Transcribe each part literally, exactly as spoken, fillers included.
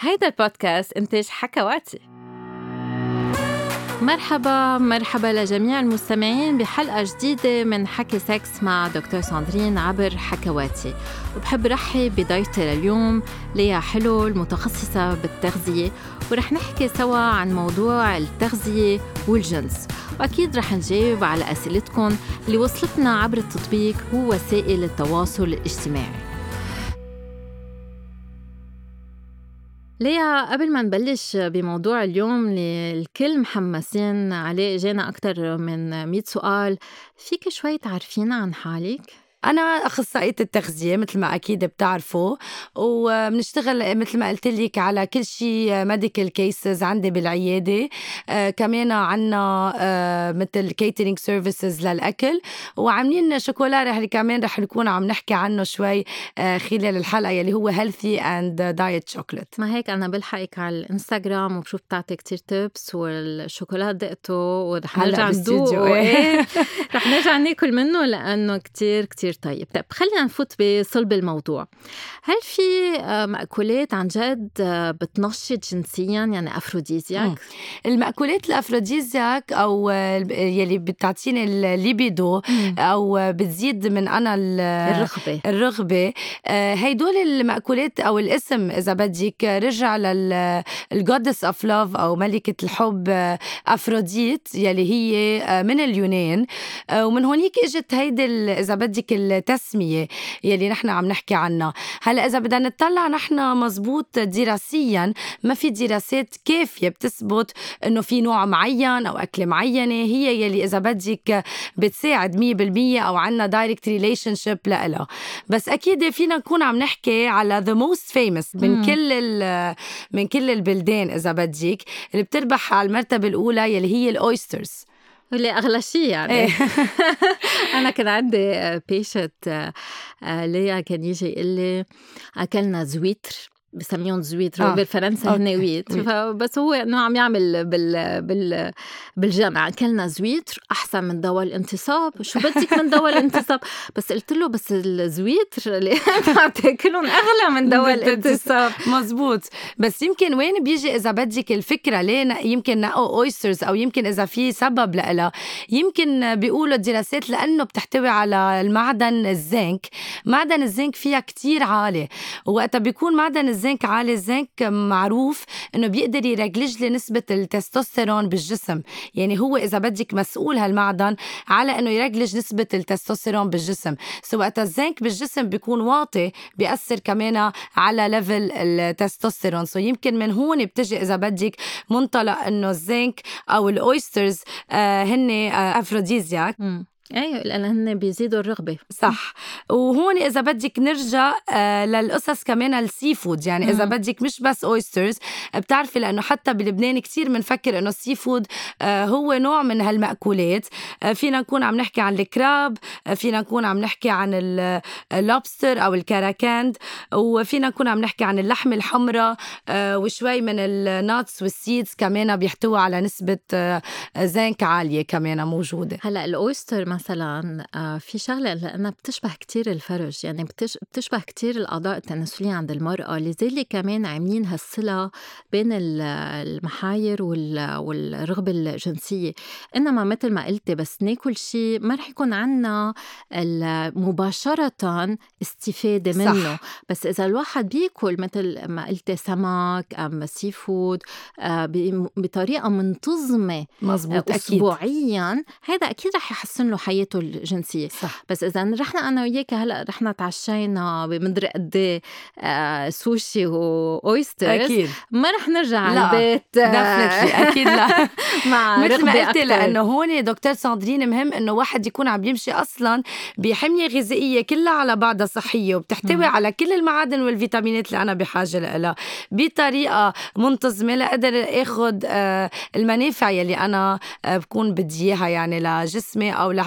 هيدا البودكاست إنتاج حكواتي. مرحبا مرحبا لجميع المستمعين بحلقة جديدة من حكي سكس مع دكتور ساندرين عبر حكواتي. وبحب رحب بضيفتي لليوم ليا حلو المتخصصة بالتغذية، ورح نحكي سوا عن موضوع التغذية والجنس، وأكيد رح نجاوب على أسئلتكم اللي وصلتنا عبر التطبيق ووسائل التواصل الاجتماعي. ليا قبل ما نبلش بموضوع اليوم اللي الكل محمسين عليه، جانا أكتر من مئة سؤال. فيك شوي تعرفينا عن حالك؟ أنا أخصائية التغذية مثل ما أكيد بتعرفوا، وبنشتغل مثل ما قلت لك على كل شيء medical cases عندي بالعيادة. آه كمان عنا آه مثل catering services للأكل، وعاملين شوكولا رح كمان رح نكون عم نحكي عنه شوي آه خلال الحلقة يلي هو healthy and diet chocolate. ما هيك أنا بلحقك على الإنستغرام وبشوف بتعطي كتير تيبس، والشوكولا دقته ورح نرجع ندوقه. إيه رح نرجع ناكل منه لأنه كتير كتير طيب. طيب خلينا نفوت بصلب الموضوع. هل في مأكولات عن جد بتنشط جنسيا، يعني أفروديزياك؟ المأكولات الأفروديزياك أو يلي بتعطيني الليبيدو أو بتزيد من أنا الرغبة الرغبة هيدول المأكولات أو الاسم إذا بدك رجع للجودس أوف لاف أو ملكة الحب أفروديت يلي هي من اليونان، ومن هونيك إجت هيدي إذا بدك التسمية يلي نحن عم نحكي عنها. هلأ إذا بدنا نطلع نحن مزبوط دراسيا، ما في دراسات كافية بتثبت إنه في نوع معين أو أكل معينة هي يلي إذا بدك بتساعد مية بالمية أو عنا direct relationship لإلها. بس أكيد فينا نكون عم نحكي على the most famous من م. كل من كل البلدان إذا بدك اللي بتربح على المرتبة الأولى يلي هي الأويسترز، اللي أغلى شيء يعني. أنا كان عندي بيشنت ليا كان يجي يقول لي أكلنا زويتر، بسميون زويتر آه. بالفرنسا هن ويت، بس هو إنه عم يعمل بال بال بالجامعة أكلنا زويتر أحسن من دواء الانتصاب. شو بدك من دواء الانتصاب؟ بس قلت له بس الزويتر اللي عم تاكلهم أغلى من دواء الانتصاب. مزبوط. بس يمكن وين بيجي إذا بدك الفكرة ليه يمكن نقوا أويسترز، أو يمكن إذا في سبب لها، يمكن بيقولوا الدراسات لأنه بتحتوي على المعدن الزنك. معدن الزنك فيها كتير عالي، وقتها بيكون معدن الزنك الزنك عالي. الزنك معروف انه بيقدر يرجلج لي نسبة التستوستيرون بالجسم، يعني هو اذا بدك مسؤول هالمعدن على انه يرجلج نسبة التستوستيرون بالجسم. سواء الزنك بالجسم بيكون واطي بيأثر كمان على ليفل التستوستيرون. سو يمكن من هون بتجي اذا بدك منطلق انه الزنك او الاويسترز آه هن آه افروديزياك. ايوه لأن هن بيزيدوا الرغبة. صح. وهون إذا بدك نرجع آه للقصص كمان السي فود، يعني إذا بدك مش بس أويسترز. بتعرفي لأنه حتى بلبنان كتير منفكر إنه السي فود آه هو نوع من هالمأكولات. آه فينا نكون عم نحكي عن الكراب، آه فينا نكون عم نحكي عن اللوبستر أو الكاراكاند، وفينا نكون عم نحكي عن اللحم الحمراء آه وشوي من الناتس والسيدز كمان بيحتوي على نسبة آه زنك عالية كمان موجودة. هلأ الأويستر مثلا في شغلة لأنها بتشبه كتير الفرج، يعني بتشبه كتير الأعضاء التناسلية عند المرأة، لذلك كمان عاملين هالصلة بين المحاير والرغبة الجنسية. إنما مثل ما قلتي بس ناكل شيء ما رح يكون عنا مباشرة استفادة منه. صح. بس إذا الواحد بيأكل مثل ما قلتي سمك أم سي فود بطريقة منتظمة أسبوعيا، هذا أكيد رح يحسن له حياته الجنسية. صح. بس إذا رحنا أنا وياك هلأ رحنا تعشينا بمدري قد آه سوشي وأويسترز، أكيد ما رح نرجع على البيت. دفنتلي أكيد لا. مع مثل ما قلت، أكتر. لأنه هون دكتور ساندرين مهم إنه واحد يكون عم يمشي أصلا بحمية غذائية كلها على بعضها صحية، وبتحتوي م. على كل المعادن والفيتامينات اللي أنا بحاجة لها بطريقة منتظمة لأقدر أخذ آه المنافع يلي أنا آه بكون بدي إياها يعني لجسمي أو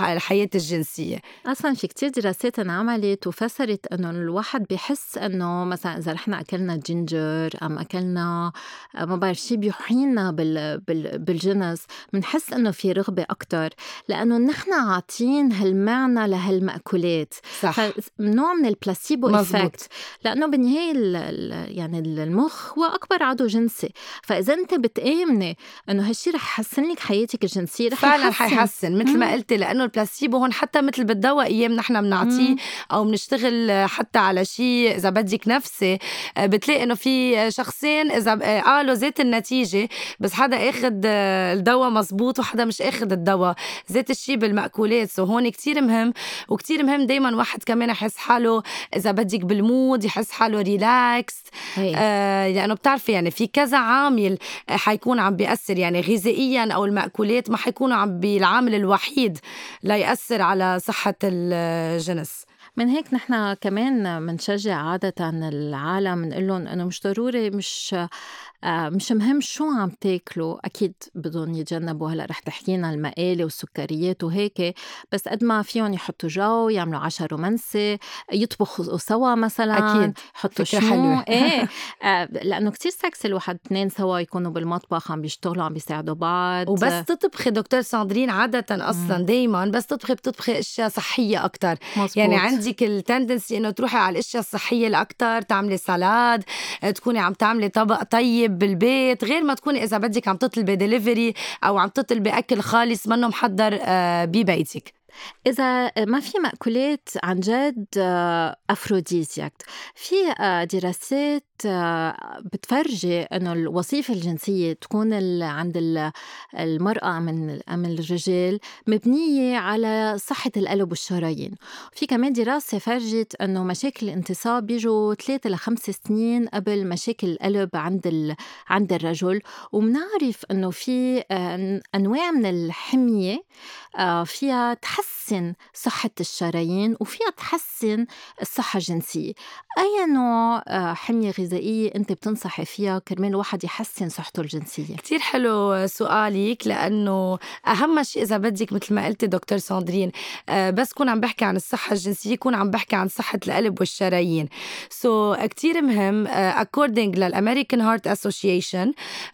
الحياة الجنسية. أصلا في كتير دراسات انعملت وفسرت أنه الواحد بيحس أنه مثلا إذا رحنا أكلنا جينجر أم أكلنا ما بعرف شي بيحيينا بال... بال... بالجنس، بنحس أنه في رغبة أكتر لأنه نحن عاطين هالمعنى لهالمأكولات. صح. نوع من البلاسيبو مزبوط. إفكت، لأنه بالنهاية ال... يعني المخ هو أكبر عضو جنسي، فإذا أنت بتآمني أنه هالشي رح يحسن لك حياتك الجنسية رح فعلا يحسن. حيحسن مثل ما قلتي، لأنه البلاسيبو هون حتى مثل بالدواء أيام نحن بنعطيه أو بنشتغل حتى على شيء إذا بدك نفسي، بتلاقي إنه في شخصين إذا قالوا ذات النتيجة بس حدا أخد الدواء مزبوط وحدا مش أخد الدواء. ذات الشيء بالمأكولات. سو هون كتير مهم، وكتير مهم دايما واحد كمان يحس حاله إذا بدك بالمود، يحس حاله ريلاكس. آه لأنه بتعرفي يعني في كذا عامل حيكون عم بيأثر، يعني غذائيا أو المأكولات ما حيكونوا عم بالعامل الوحيد لا يأثر على صحة الجنس. من هيك نحن كمان منشجع عادة العالم نقول لهم أنه مش ضروري، مش مش مهم شو عم تاكلوا، أكيد بدهم يتجنبوا. هلأ رح تحكينا المقالي والسكريات وهيك، بس قد ما فيهم يحطوا جو، يعملوا عشاء رومانسي، يطبخوا سوا مثلا، أكيد يحطوا فكرة شموع. حلوة. إيه آه لأنه كتير سكسي الواحد اثنين سوا يكونوا بالمطبخ عم بيشتغلوا عم بيساعدوا بعض. وبس تطبخي دكتور ساندرين عادة أصلا دايما بس تطبخي بتطبخي أشياء صحية أكتر. مزبوط. يعني عندك التندنسي إنه تروحي على الأشياء الصحية الأكتر، تعملي سلاد، تكوني عم تعملي طبق طيب بالبيت، غير ما تكوني إذا بدك عم تطلبي ديليفري أو عم تطلبي أكل خالص منه محضر ببيتك. إذا ما في مأكولات عن جد أفروديزياك، في دراسات بتفرجي أنه الوظيفة الجنسية تكون عند المرأة من من الرجال مبنية على صحة القلب والشرايين. في كمان دراسة فرجت أنه مشاكل الانتصاب بيجوا ثلاثة لخمس سنين قبل مشاكل القلب عند عند الرجل. ومنعرف أنه في أنواع من الحمية فيها تحسن صحة الشرايين وفيها تحسن الصحة الجنسية. أي نوع حمية غذائية أنت بتنصحي فيها كرمال الواحد يحسن صحته الجنسية؟ كتير حلو سؤالك، لأنه أهم شيء إذا بدك مثل ما قلت دكتور ساندرين، بس كون عم بحكي عن الصحة الجنسية كون عم بحكي عن صحة القلب والشرايين. سو so, كتير مهم according للأمريكان هارت أسوسيشن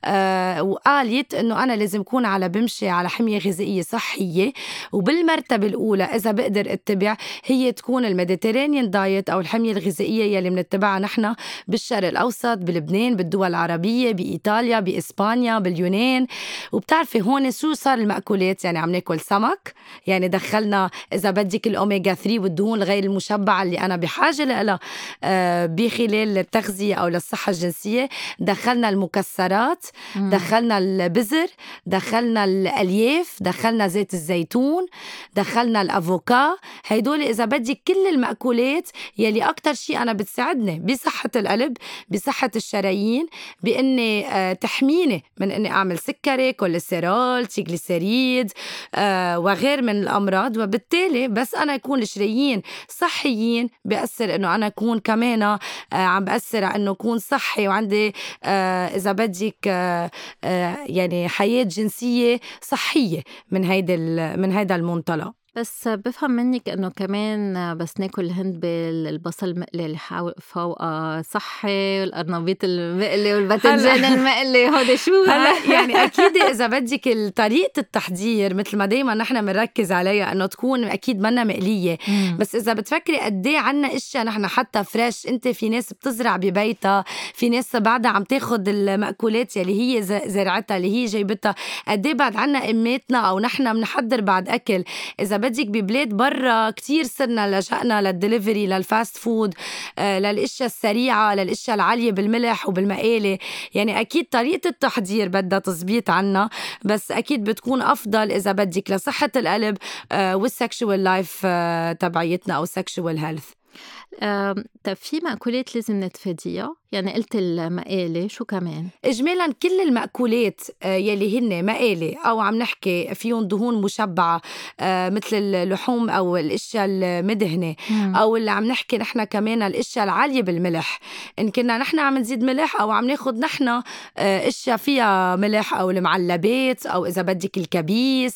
وقالت إنه أنا لازم كون على بمشي على حمية غذائية صحية، وبالمرتبة الأولى إذا بقدر اتبع هي تكون الميديترينيان دايت أو الحمية الغذائية يلي منتبعها نحن بالشرق الأوسط، بلبنان، بالدول العربية، بإيطاليا، بإسبانيا، باليونان. وبتعرفي هون شو صار المأكولات، يعني عم ناكل سمك، يعني دخلنا إذا بدك الأوميغا ثلاثة والدهون الغير المشبعة اللي أنا بحاجة لها آه بخلال التغذية أو للصحة الجنسية. دخلنا المكسرات، مم. دخلنا البزر، دخلنا الألياف، دخلنا زيت الزيتون، دخلنا الأفوكا. هيدول إذا بدك كل المأكولات يلي أكتر شيء أنا بتساعدني بصحة القلب، بصحة الشرايين، بإني آه تحميني من إني أعمل سكري، كوليسترول، تريغليسيريد آه وغير من الأمراض. وبالتالي بس أنا يكون الشرايين صحيين بيأثر إنه أنا أكون كمان آه عم بأثر على إنه أكون صحي وعندي آه إذا بدك آه آه يعني حياة جنسية صحية من هيدا من هيدا المنطلق. بس بفهم منك إنه كمان بس ناكل الهند بالبصل المقلي اللي فوق صحي، والقرنبيط المقلي والباذنجان المقلي، هذا شو هلا يعني أكيد إذا بدك طريقة التحضير مثل ما دايما نحن بنركز عليها إنه تكون أكيد منا مقلية. مم. بس إذا بتفكري قديه عنا إشياء نحن حتى فريش، أنت في ناس بتزرع ببيتها، في ناس بعدها عم تاخد المأكولات يلي هي زرعتها اللي هي جايبتها. قديه بعد عنا أماتنا أو نحن بنحضر بعد أكل. إذا بدك ببلاد برا كتير صرنا لجأنا للدليفري، للفاست فود، آه للأشياء السريعة، للأشياء العالية بالملح وبالمقالي. يعني أكيد طريقة التحضير بدها تظبيط عنا، بس أكيد بتكون أفضل إذا بدك لصحة القلب آه والسكشوال لايف آه تبعيتنا أو سكشوال هيلث. آمم، طب في مأكولات لازم نتفاديها؟ يعني قُلت المقالي، شو كمان؟ إجمالاً كل المأكولات آآ يلي هن مقالي أو عم نحكي فيهم دهون مشبعة آآ متل اللحوم أو الأشيا المدهنة إمم. أو اللي عم نحكي نحن كمان الأشيا العالية بالملح، إن كنا نحن عم نزيد ملح أو عم ناخُد نحن آآ أشيا فيها ملح أو المعلبات أو إذا بدِّك الكبيس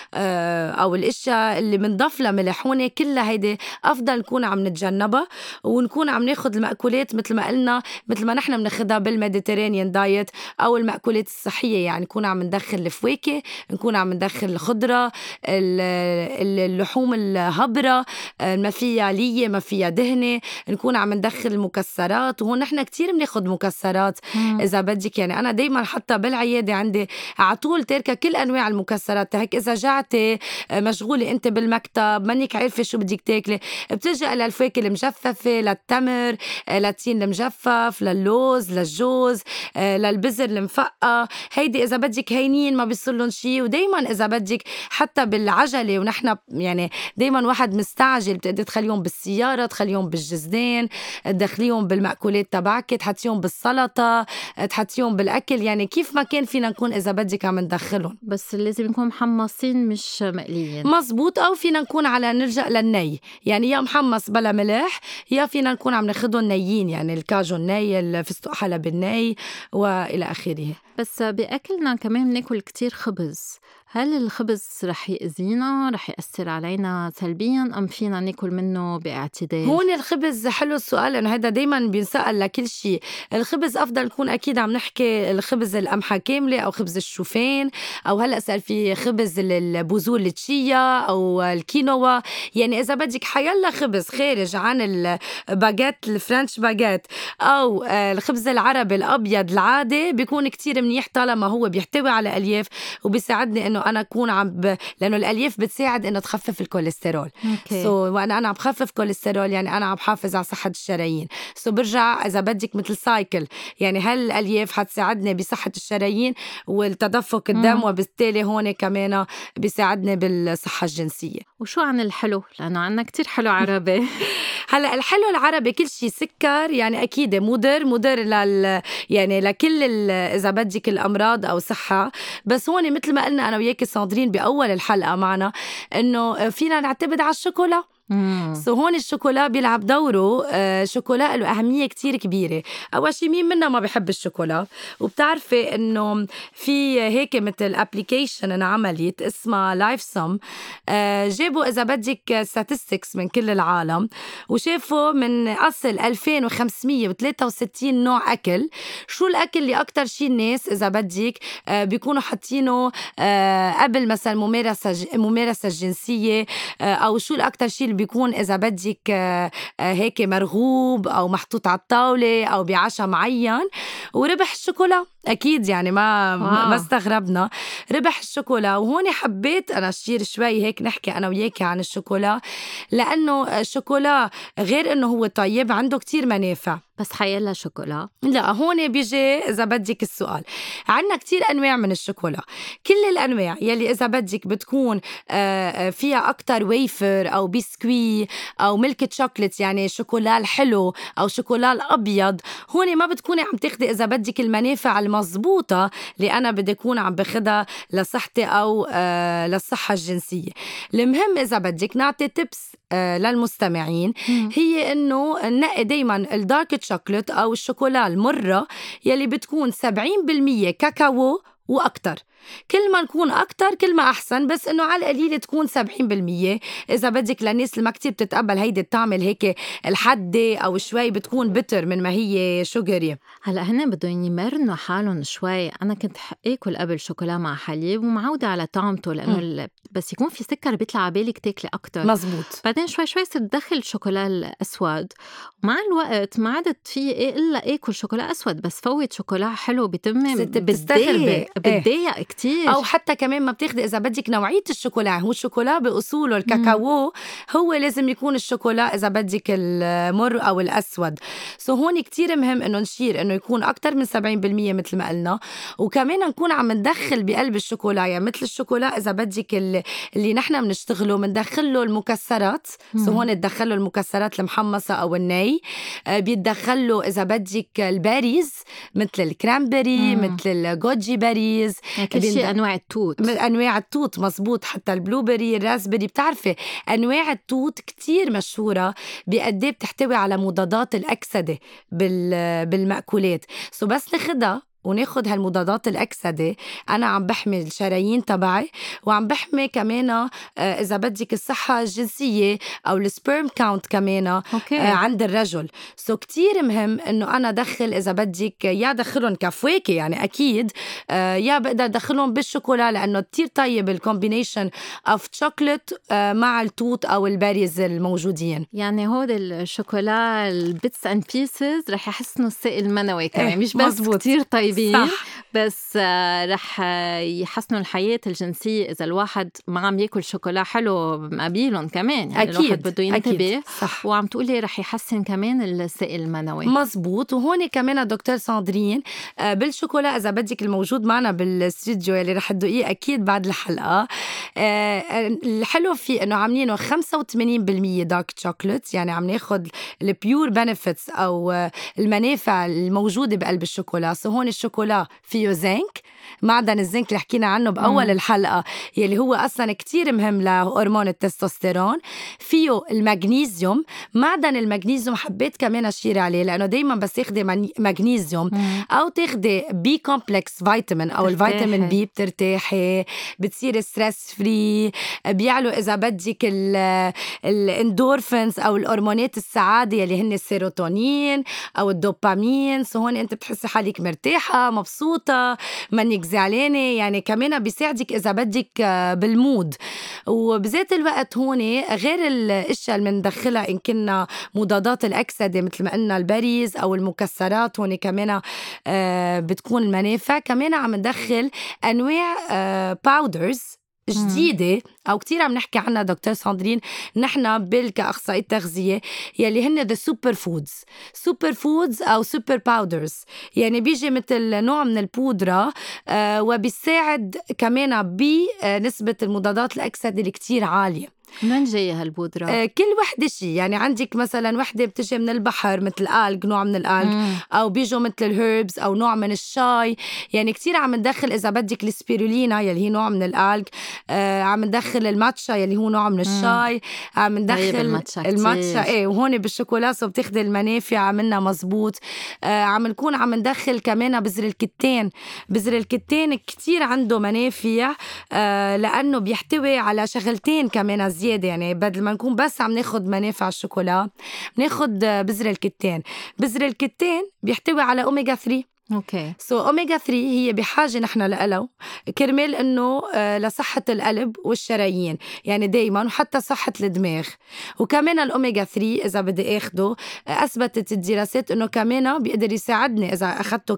آآ أو الأشيا اللي منضاف لها ملح، هون كلّا هيدي أفضل نكون عم نتجنّبها ونكون عم ناخُد المأكولات متل ما قلنا متل ما نحن مناخدها بالميديترينيان دايت أو المأكولات الصحية، يعني نكون عم ندخل الفواكه، نكون عم ندخل الخضرة، ال- ال- اللحوم الهبرة آه، ما فيها لية ما فيها دهنة، نكون عم ندخل المكسرات. وهون نحن كتير بناخد مكسرات إمم. إذا بدك، يعني أنا دايما حتى بالعيادة عندي عطول تاركة كل أنواع المكسرات، هيك إذا جعتي آه، مشغولة أنت بالمكتب مانك عارفة شو بدك تاكلي، بتلجأ للفواكه المجففة، للتمر آه، للتين المجفف، للوز، للجوز آه، للبزر المفقى، هيدي إذا بدك هينين ما بيصيرلن شي. ودايما إذا بدك حتى بالعجلة ونحن يعني دايما واحد مستعجل بتقدر تخليهم بالسيارة، تخليهم بالجزدان، تدخليهم بالمأكولات تبعك، تحطيهم بالسلطة، تحطيهم بالأكل، يعني كيف ما كان فينا نكون إذا بدك عم ندخلهم. بس لازم يكونوا محمصين مش مقليين. مزبوط، أو فينا نكون على نرجع للني، يعني يا محمص بلا ملح يا فينا نكون عم ناخدهم نيين، يعني الكاجو الني، الفستق حلب الني وإلى آخره. بس بأكلنا كمان بناكل كتير خبز، هل الخبز رح يأذينا، رح يأثر علينا سلبيا أم فينا ناكل منه باعتدال؟ هون الخبز حلو السؤال، لأنه هذا دايما بينسأل لكل شيء. الخبز أفضل نكون أكيد عم نحكي الخبز القمحة كاملة أو خبز الشوفان، أو هلأ صار في خبز البذور التشيا أو الكينوا، يعني إذا بدك حيلا خبز خارج عن الباجيت الفرنش باجيت أو الخبز العربي الأبيض العادي بيكون كتير منيح طالما هو بيحتوي على ألياف وبيساعدني إنه أنا أكون عم ب... لأنه الألياف بتساعد إنه تخفف الكوليسترول. أوكي. سو so, وأنا أنا عم بخفف كوليسترول، يعني أنا عم بحافظ على صحة الشرايين. سو so, برجع إذا بدك مثل سايكل، يعني هل الألياف حتساعدني بصحة الشرايين والتدفق الدم، مم. وبالتالي هون كمان بيساعدني بالصحة الجنسية. وشو عن الحلو؟ لأنه عنا كتير حلو عربي. هلا الحلو العربي كل شيء سكر، يعني أكيد مضر مضر لل يعني لكل ال... إذا بدك الأمراض أو صحة. بس هون مثل ما قلنا أنا وياكي صادرين بأول الحلقة معنا إنه فينا نعتمد على الشوكولا. سو هون الشوكولا بيلعب دوره. آه شوكولا له أهمية كتير كبيرة. أول شي مين منا ما بيحب الشوكولا؟ وبتعرفي إنه في هيك مثل أبليكيشن انعملت اسمها لايف سم، آه جابوا إذا بدك statistics من كل العالم وشافوا من أصل ألفين وخمسمية وثلاثة وستين نوع أكل شو الأكل اللي أكتر شي الناس إذا بدك آه بيكونوا حاطينه آه قبل مثلا ممارسة ممارسة الجنسية، آه أو شو الأكتر شي اللي بيكون إذا بدك آه آه هيك مرغوب أو محطوط على الطاولة أو بعشاء معين. وربح الشوكولا أكيد، يعني ما واو. ما استغربنا ربح الشوكولا. وهون حبيت أنا أشير شوي هيك نحكي أنا وياكي عن الشوكولا، لأنه الشوكولا غير إنه هو طيب عنده كتير منافع. بس حيلا شوكولا؟ لا، هون بيجي إذا بدك السؤال. عنا كتير أنواع من الشوكولا، كل الأنواع يلي إذا بدك بتكون فيها أكتر ويفر أو بسكوي أو ميلك شوكولات، يعني شوكولا الحلو أو شوكولا الأبيض، هون ما بتكوني عم تاخدي إذا بدك المنافع المزبوطة اللي أنا بدي أكون عم باخدها لصحتي أو للصحة الجنسية. المهم إذا بدك نعطي تبس للمستمعين هي إنه نقي دايما الدارك شوكولات أو الشوكولا المرة يلي بتكون سبعين بالمية كاكاو وأكتر. كل ما نكون أكتر كل ما أحسن، بس إنه على القليلة تكون سبعين بالمية إذا بدك للناس اللي ما كتير بتتقبل هيدي الطعم هيك الحدة أو شوي بتكون بتر من ما هي شوغري. هلا هن بدهم يمرنوا حالهم شوي. أنا كنت آكل قبل شوكولا مع حليب ومعودة على طعمته، لأنه ال... بس يكون في سكر بيطلع عبالك تاكلي أكتر. مزبوط. بعدين شوي شوي صرت دخل الشوكولا الأسود، ومع الوقت ما عدت في إيه إلا آكل شوكولا أسود، بس فوت شوكولا حلو بتمي بتستغربي بتضايق بتضايق كتير. أو حتى كمان ما بتاخدي إذا بدك نوعية الشوكولا. هو الشوكولا بأصوله الكاكاو هو لازم يكون الشوكولا إذا بدك المر أو الأسود. سو هون كتير مهم إنه نشير إنه يكون أكتر من سبعين بالمية مثل ما قلنا. وكمان نكون عم ندخل بقلب الشوكولا يعني مثل الشوكولا إذا بدك اللي, اللي نحن بنشتغله بندخله المكسرات. سو هون تدخله المكسرات المحمصة أو الني. آه بيتدخله إذا بدك الباريز مثل الكرامبري مثل الجوجي باريز. يعني كل شيء أنواع التوت. من أنواع التوت مزبوط. حتى البلوبري الراسبري. بتعرفي أنواع التوت كتير مشهورة بقديه بتحتوي على مضادات الأكسدة بالمأكولات. سو بس ناخدها وناخد هالمضادات الأكسدة أنا عم بحمي الشرايين تبعي وعم بحمي كمان إذا بدك الصحة الجنسية أو السبيرم كاونت كمان آه عند الرجل. سو كتير مهم إنه أنا دخل إذا بدك يا دخلهم كفواكه يعني أكيد آه يا بقدر دخلهم بالشوكولا لأنه كتير طيب الكومبينيشن أوف تشوكلت آه مع التوت أو الباريز الموجودين. يعني هود الشوكولا البيتس أند بيسز رح يحسنوا السائل المنوي كمان. إيه مش بس مزبوط. كتير طيب صح. بس رح يحسنوا الحياة الجنسية إذا الواحد ما عم يأكل شوكولا حلو مقابلهم كمان يعني. أكيد. الواحد بده ينتبه. وعم تقولي رح يحسن كمان السائل المنوي. مزبوط. وهون كمان دكتور ساندرين بالشوكولا إذا بدك الموجود معنا بالاستوديو اللي رح تدوقيه أكيد بعد الحلقة. الحلو فيه إنه عاملينه خمسة وثمانين بالمية دارك شوكولات يعني عم ناخد البيور بنفيتس أو المنافع الموجودة بقلب الشوكولا. سو هون الشوكولا فيه زنك معدن الزنك اللي حكينا عنه بأول مم. الحلقة يلي هو أصلا كتير مهم لهرمون التستوستيرون. فيه المغنيسيوم. معدن المغنيسيوم حبيت كمان أشير عليه لأنه دايما بس تاخدي مغنيسيوم مم. أو تاخدي بي كومبلكس فيتامين أو الفيتامين بي بترتاحي بتصير ستريس فري بيعلوا إذا بدك الاندورفينز أو الهرمونات السعادة يلي هن السيروتونين أو الدوبامين. سو هون أنت بتحسي حالك مرتاحة مبسوطة منك زعلانة يعني كمان بيساعدك إذا بدك بالمود. وبذات الوقت هون غير الاشياء اللي مندخلها إن كنا مضادات الأكسدة مثل ما قلنا الباريز أو المكسرات هون كمان بتكون المنافع. كمان عم ندخل أنواع باودرز جديدة أو كتير عم نحكي عنها دكتور ساندرين نحن بالكأخصائي التغذية يلي هن the super foods super foods أو super powders يعني بيجي مثل نوع من البودرة آه وبيساعد كمان بنسبة المضادات الأكسدة اللي كتير عالية. من جاية هالبودرة؟ آه كل وحدة شي يعني عندك مثلا وحدة بتجي من البحر مثل الألج نوع من الألج مم. أو بيجوا مثل الهيربز أو نوع من الشاي يعني كتير عم ندخل إذا بدك السبيرولينا يلي هي نوع من الألج آه عم ندخل الماتشا يلي هو نوع من الشاي مم. عم ندخل الماتشا, الماتشا إيه وهون بالشوكولاتة بتاخد المنافع عملنا مزبوط. آه عم نكون عم ندخل كمان بذر الكتان. بذر الكتان كتير عنده منافع آه لأنه بيحتوي على شغلتين كمان زيادة يعني بدل ما نكون بس عم ناخد منافع الشوكولا بناخد بذر الكتان. بذر الكتان بيحتوي على أوميغا ثري. اوكي سو so, اوميغا ثري هي بحاجه نحن لها كرمال انه آه لصحه القلب والشرايين يعني دايما وحتى صحه الدماغ. وكمان الاوميغا ثري اذا بدي اخده آه اثبتت الدراسات انه كمان بيقدر يساعدني اذا اخذته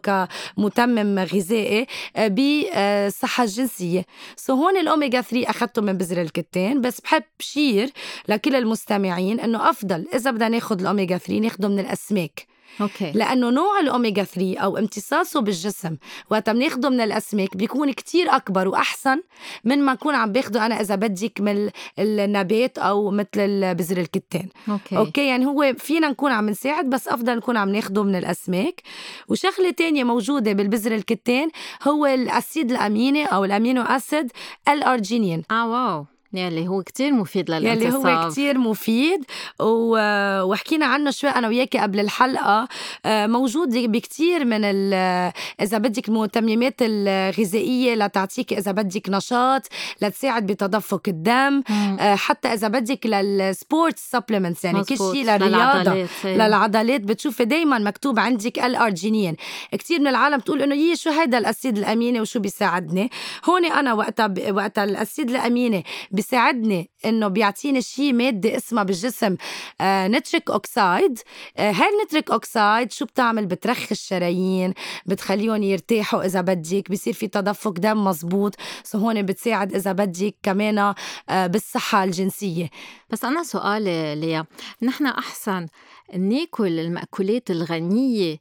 كمتمم غذائي آه بالصحه الجنسيه. سو so, هون الاوميغا ثري اخذته من بذر الكتان بس بحب شير لكل المستمعين انه افضل اذا بدنا ناخد الاوميغا ثري ناخده من الاسماك. أوكي. لأنه نوع الأوميغا ثري أو امتصاصه بالجسم وقت بناخده من الأسماك بيكون كتير أكبر وأحسن من ما نكون عم باخده أنا إذا بدك من النبات أو مثل بذر الكتان. أوكي. أوكي يعني هو فينا نكون عم نساعد بس أفضل نكون عم ناخده من الأسماك. وشغلة تانية موجودة بالبذر الكتان هو الأسيد الأميني أو الأمينو أسيد الأرجينين. آه واو يلي هو كتير مفيد للانتصاب. يلي هو كتير مفيد و... وحكينا عنه شوي أنا وياكي قبل الحلقة. موجود بكتير من ال... إذا بدك المتممات الغذائية لتعطيك إذا بدك نشاط لتساعد بتدفق الدم مم. حتى إذا بدك للسبورت سبلمنتس يعني كل شيء للرياضة للعضلات, للعضلات بتشوفي دايما مكتوب عندك الأرجينين. كتير من العالم تقول إنه يي شو هيدا الأسيد الأميني وشو بيساعدني. هون أنا وقتها ب... وقتها الأسيد الأميني بيساعدني إنه بيعطيني شي مادة اسمها بالجسم آه نتريك أوكسايد. آه هاي النتريك أوكسايد شو بتعمل؟ بترخي الشرايين، بتخليهم يرتاحوا إذا بدك، بيصير في تدفق دم مزبوط. سو هون بتساعد إذا بدك كمان آه بالصحة الجنسية. بس أنا سؤالي ليا، نحن أحسن ناكل المأكولات الغنية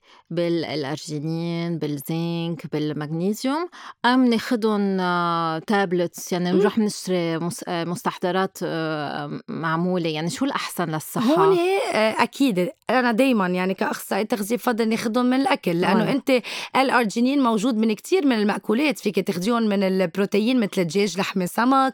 بالأرجينين بالزنك بالمغنيسيوم أم ناخدهم تابلتس، يعني نروح نشتري مستحضرات معمولة؟ يعني شو الأحسن للصحة؟ هون أكيد أنا دايما يعني كأخصائي تغذية بفضل ناخدهم من الأكل، لأنه ولا. أنت الأرجينين موجود من كتير من المأكولات، فيك تاخديهم من البروتين مثل الدجاج، لحمة، سمك،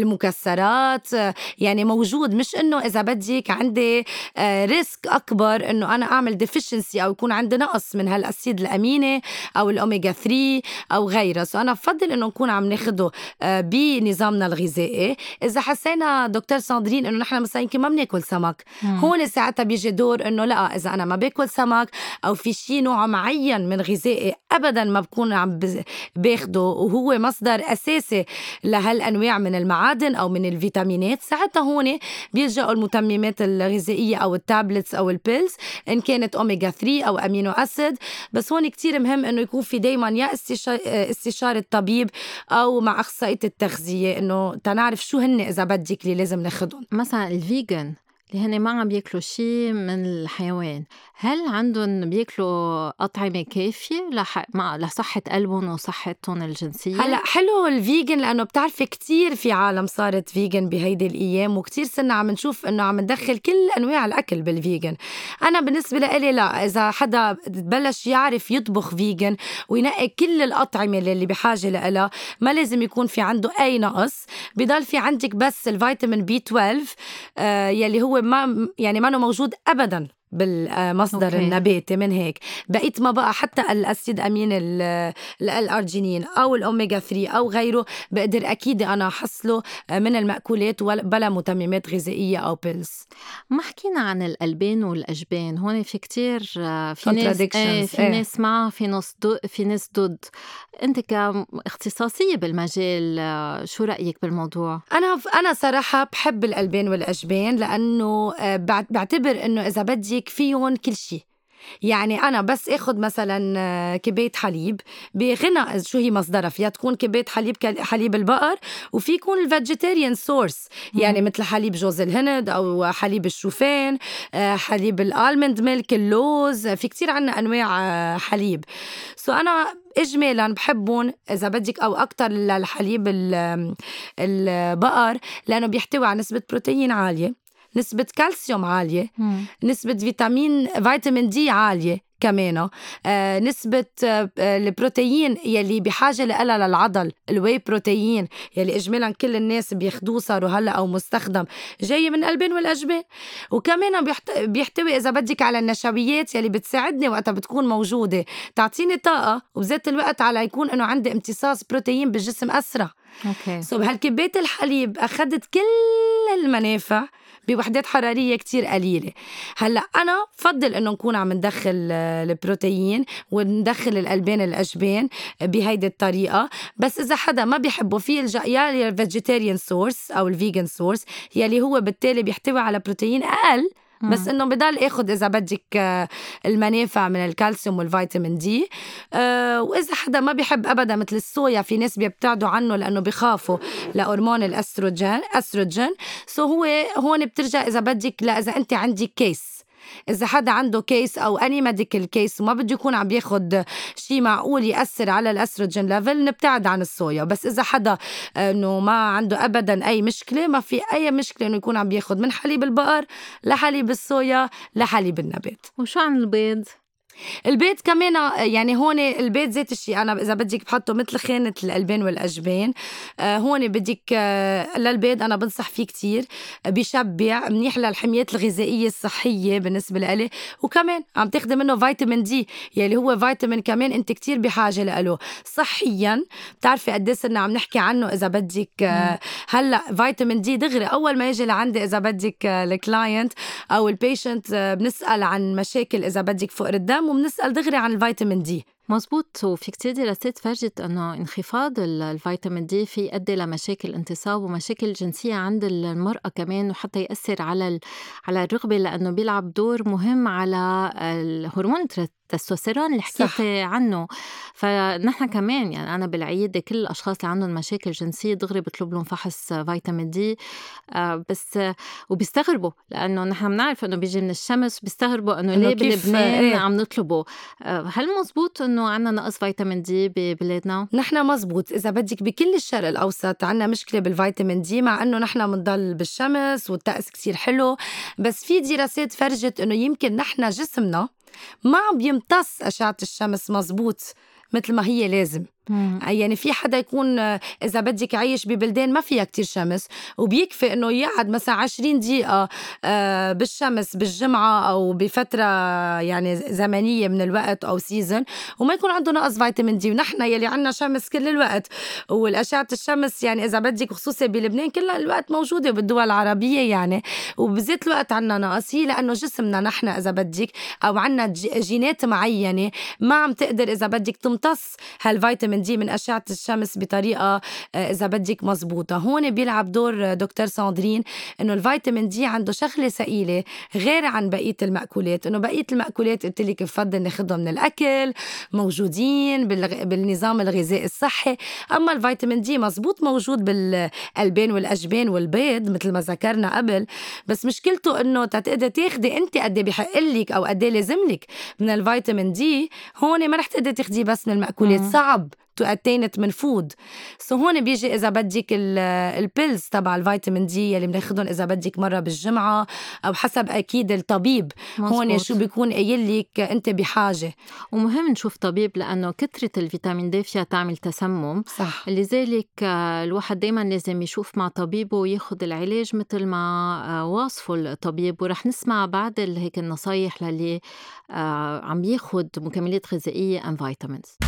المكسرات، يعني موجود. مش إنه إذا بدك عندي ريسك أكبر إنه أنا أعمل ديفيشنسي أو يكون عندي نقص من هالأسيد الأمينة أو الأوميغا ثري أو غيرها. سو أنا بفضل إنه نكون عم ناخده بنظامنا الغذائي. إذا حسينا دكتور ساندرين إنه نحن مثلا يمكن ما بناكل سمك، مم. هون ساعتها بيجي دور إنه لا، إذا أنا ما باكل سمك أو في شي نوع معين من غذائي أبدا ما بكون عم باخده وهو مصدر أساسي لهالأنواع من المعادن أو من الفيتامينات، ساعتها هون بيلجأوا المتممات الغذائية أو التابلتس أو البيلز إن كانت أوميغا ثري أو أمينو أسيد. بس هون كتير مهم إنه يكون في دايما يا استشارة طبيب أو مع أخصائية التغذية إنه تنعرف شو هن إذا بدك اللي لازم ناخدهم. مثلا الفيجن اللي هن ما عم بياكلوا شيء من الحيوان، هل عندهم بياكلوا أطعمة كافية لح... مع... لصحة قلبهم وصحتهم الجنسية؟ هلا حلو الفيجن، لأنه بتعرفي كتير في عالم صارت فيجن بهيدي الأيام، وكتير صرنا عم نشوف إنه عم ندخل كل أنواع الأكل بالفيجن. أنا بالنسبة لي لا، إذا حدا بلش يعرف يطبخ فيجن وينقي كل الأطعمة اللي بحاجة لها، ما لازم يكون في عنده أي نقص. بضل في عندك بس الفيتامين بي اثناشر آه يلي هو ما يعني ما موجود أبداً بالمصدر أوكي. النباتي. من هيك بقيت ما بقى حتى الأسيد أمين الأرجينين أو الأوميغا ثري أو غيره بقدر أكيد أنا أحصله من المأكولات بلا متممات غذائية أو بيلز. ما حكينا عن الألبان والأجبان، هون في كتير في ناس ايه في ايه. ناس مع في ناس ضد في ناس ضد. أنت كاختصاصية بالمجال شو رأيك بالموضوع؟ أنا أنا صراحة بحب الألبان والأجبان، لأنه بعتبر إنه إذا بدي فيهم كل شيء. يعني أنا بس أخذ مثلا كباية حليب بغنى شو هي مصدرها، فيها تكون كباية حليب حليب البقر، وفي يكون الفيجيتيريان سورس يعني مثل حليب جوز الهند أو حليب الشوفان، حليب الآلمند ميلك، اللوز، في كتير عنا أنواع حليب. سو أنا إجمالاً بحبهم إذا بدك أو أكتر للحليب البقر، لأنه بيحتوي على نسبة بروتين عالية، نسبة كالسيوم عالية، مم. نسبة فيتامين فيتامين دي عالية كمان، آه نسبة آه البروتين يلي بحاجة لها للعضل، الواي بروتين يلي إجمالا كل الناس بياخدوه صاروا هلأ أو مستخدم، جاي من الألبان والأجبان. وكمان بيحتوي إذا بدك على النشويات يلي بتساعدني وقتها بتكون موجودة تعطيني طاقة، وبذات الوقت على يكون إنه عندي امتصاص بروتين بالجسم أسرع. أوكي. سو بهالكباية الحليب أخدت كل المنافع بوحدات حرارية كتير قليلة. هلأ أنا فضل إنه نكون عم ندخل البروتين وندخل الألبان الأجبان بهيدي الطريقة. بس إذا حدا ما بيحبه فيه الجا يا الفيجيتيريان سورس أو الفيجن سورس يلي هو بالتالي بيحتوي على بروتين أقل، بس إنه بدال أخذ إذا بدك المنافع من الكالسيوم والفيتامين دي. أه وإذا حدا ما بيحب أبدا مثل الصويا، في ناس بيبتعدوا عنه لأنه بيخافوا لهرمون الأستروجين أستروجين. سو هو هون بترجع إذا بدك لا، إذا أنت عندك كيس، إذا حدا عنده كيس أو أني ميديكال كيس وما بده يكون عم بياخد شي معقول يأثر على الأستروجين ليفل، نبتعد عن الصويا. بس إذا حدا إنه ما عنده أبدا أي مشكلة، ما في أي مشكلة إنه يكون عم بياخد من حليب البقر لحليب الصويا لحليب النبات. وشو عن البيض؟ البيض كمان يعني هون البيض زيت الشيء، أنا إذا بدك بحطه مثل خانة الألبان والأجبان. آه هون بدك آه للبيض أنا بنصح فيه كتير، بيشبع، منيح للحميات الغذائية الصحية بالنسبة لإلي، وكمان عم تاخدي منه فيتامين دي يلي هو فيتامين كمان أنت كتير بحاجة له صحيا. بتعرفي قديه صرنا عم نحكي عنه إذا بدك. آه هلأ فيتامين دي دغري أول ما يجي لعندي إذا بدك آه الكلاينت أو البيشنت آه بنسأل عن مشاكل إذا بدك فقر الدم، وبنسأل دغري عن الفيتامين دي. مزبوط. وفي كتير دراسات فرجت أنه انخفاض ال- الفيتامين دي في يؤدي لمشاكل انتصاب ومشاكل جنسية عند ال- المرأة كمان، وحتى يأثر على ال- على الرغبة، لأنه بيلعب دور مهم على الهرمون التر- التستوستيرون اللي حكيت صح. عنه. فنحن كمان يعني أنا بالعيادة كل الأشخاص اللي عندهم مشاكل جنسية دغري بطلب لهم فحص فيتامين دي. آه، بس آه، وبيستغربوا لأنه نحن بنعرف أنه بيجي من الشمس، بيستغربوا أنه إنه ليه كيف بلبنان إيه عم نطلبه. آه، هل مزبوط أنه عنا نقص فيتامين دي ببلادنا؟ نحن مزبوط إذا بدك بكل الشرق الأوسط عنا مشكلة بالفيتامين دي، مع أنه نحن منضل بالشمس والطقس كتير حلو، بس في دراسات فرجت أنه يمكن نحن جسمنا ما عم بيمتص أشعة الشمس مزبوط مثل ما هي لازم. مم. يعني في حدا يكون آه، إذا بدك عايش ببلدان ما فيها كتير شمس، وبيكفي إنه يقعد مثلا عشرين دقيقة آه، بالشمس بالجمعة أو بفترة يعني زمنية من الوقت أو سيزن، وما يكون عنده نقص فيتامين دي. ونحن يلي عنا شمس كل الوقت والأشعة الشمس يعني إذا بدك خصوصا بلبنان كل الوقت موجودة بالدول العربية يعني، وبزيت الوقت عنا نقص، هي لأنه جسمنا نحن إذا بدك أو عنا ج- جينات معينة ما عم تقدر إذا بدك تمتص هالفيتامين دي من أشعة الشمس بطريقة آه، إذا بدك مزبوطة. هون بيلعب دور آه، دكتور ساندرين إنه الفيتامين دي عنده شغلة ثقيلة غير عن بقية المأكولات، إنه بقية المأكولات قلت لك بفضل ناخدهم من الأكل موجودين بالغ... بالنظام الغذائي الصحي، أما الفيتامين دي مزبوط موجود بالألبان والأجبان والبيض مثل ما ذكرنا قبل، بس مشكلته إنه تقدر تاخدي أنت قد بحق لك أو قد لازم لك من الفيتامين دي، هون ما رح تقدر تاخديه بس من المأكولات، مم. صعب to attain it من فود. سو هون بيجي إذا بدك البيلز تبع الفيتامين دي يلي بناخدهم إذا بدك مرة بالجمعة أو حسب أكيد الطبيب هون شو مزبوط. بيكون قايل لك أنت بحاجة. ومهم نشوف طبيب لأنه كترة الفيتامين دي فيها تعمل تسمم، صح. لذلك آه، الواحد دايما لازم يشوف مع طبيبه وياخد العلاج مثل ما آه، واصفه الطبيب. ورح نسمع بعد ال- هيك النصايح للي آه، عم ياخد مكملات غذائية and vitamins.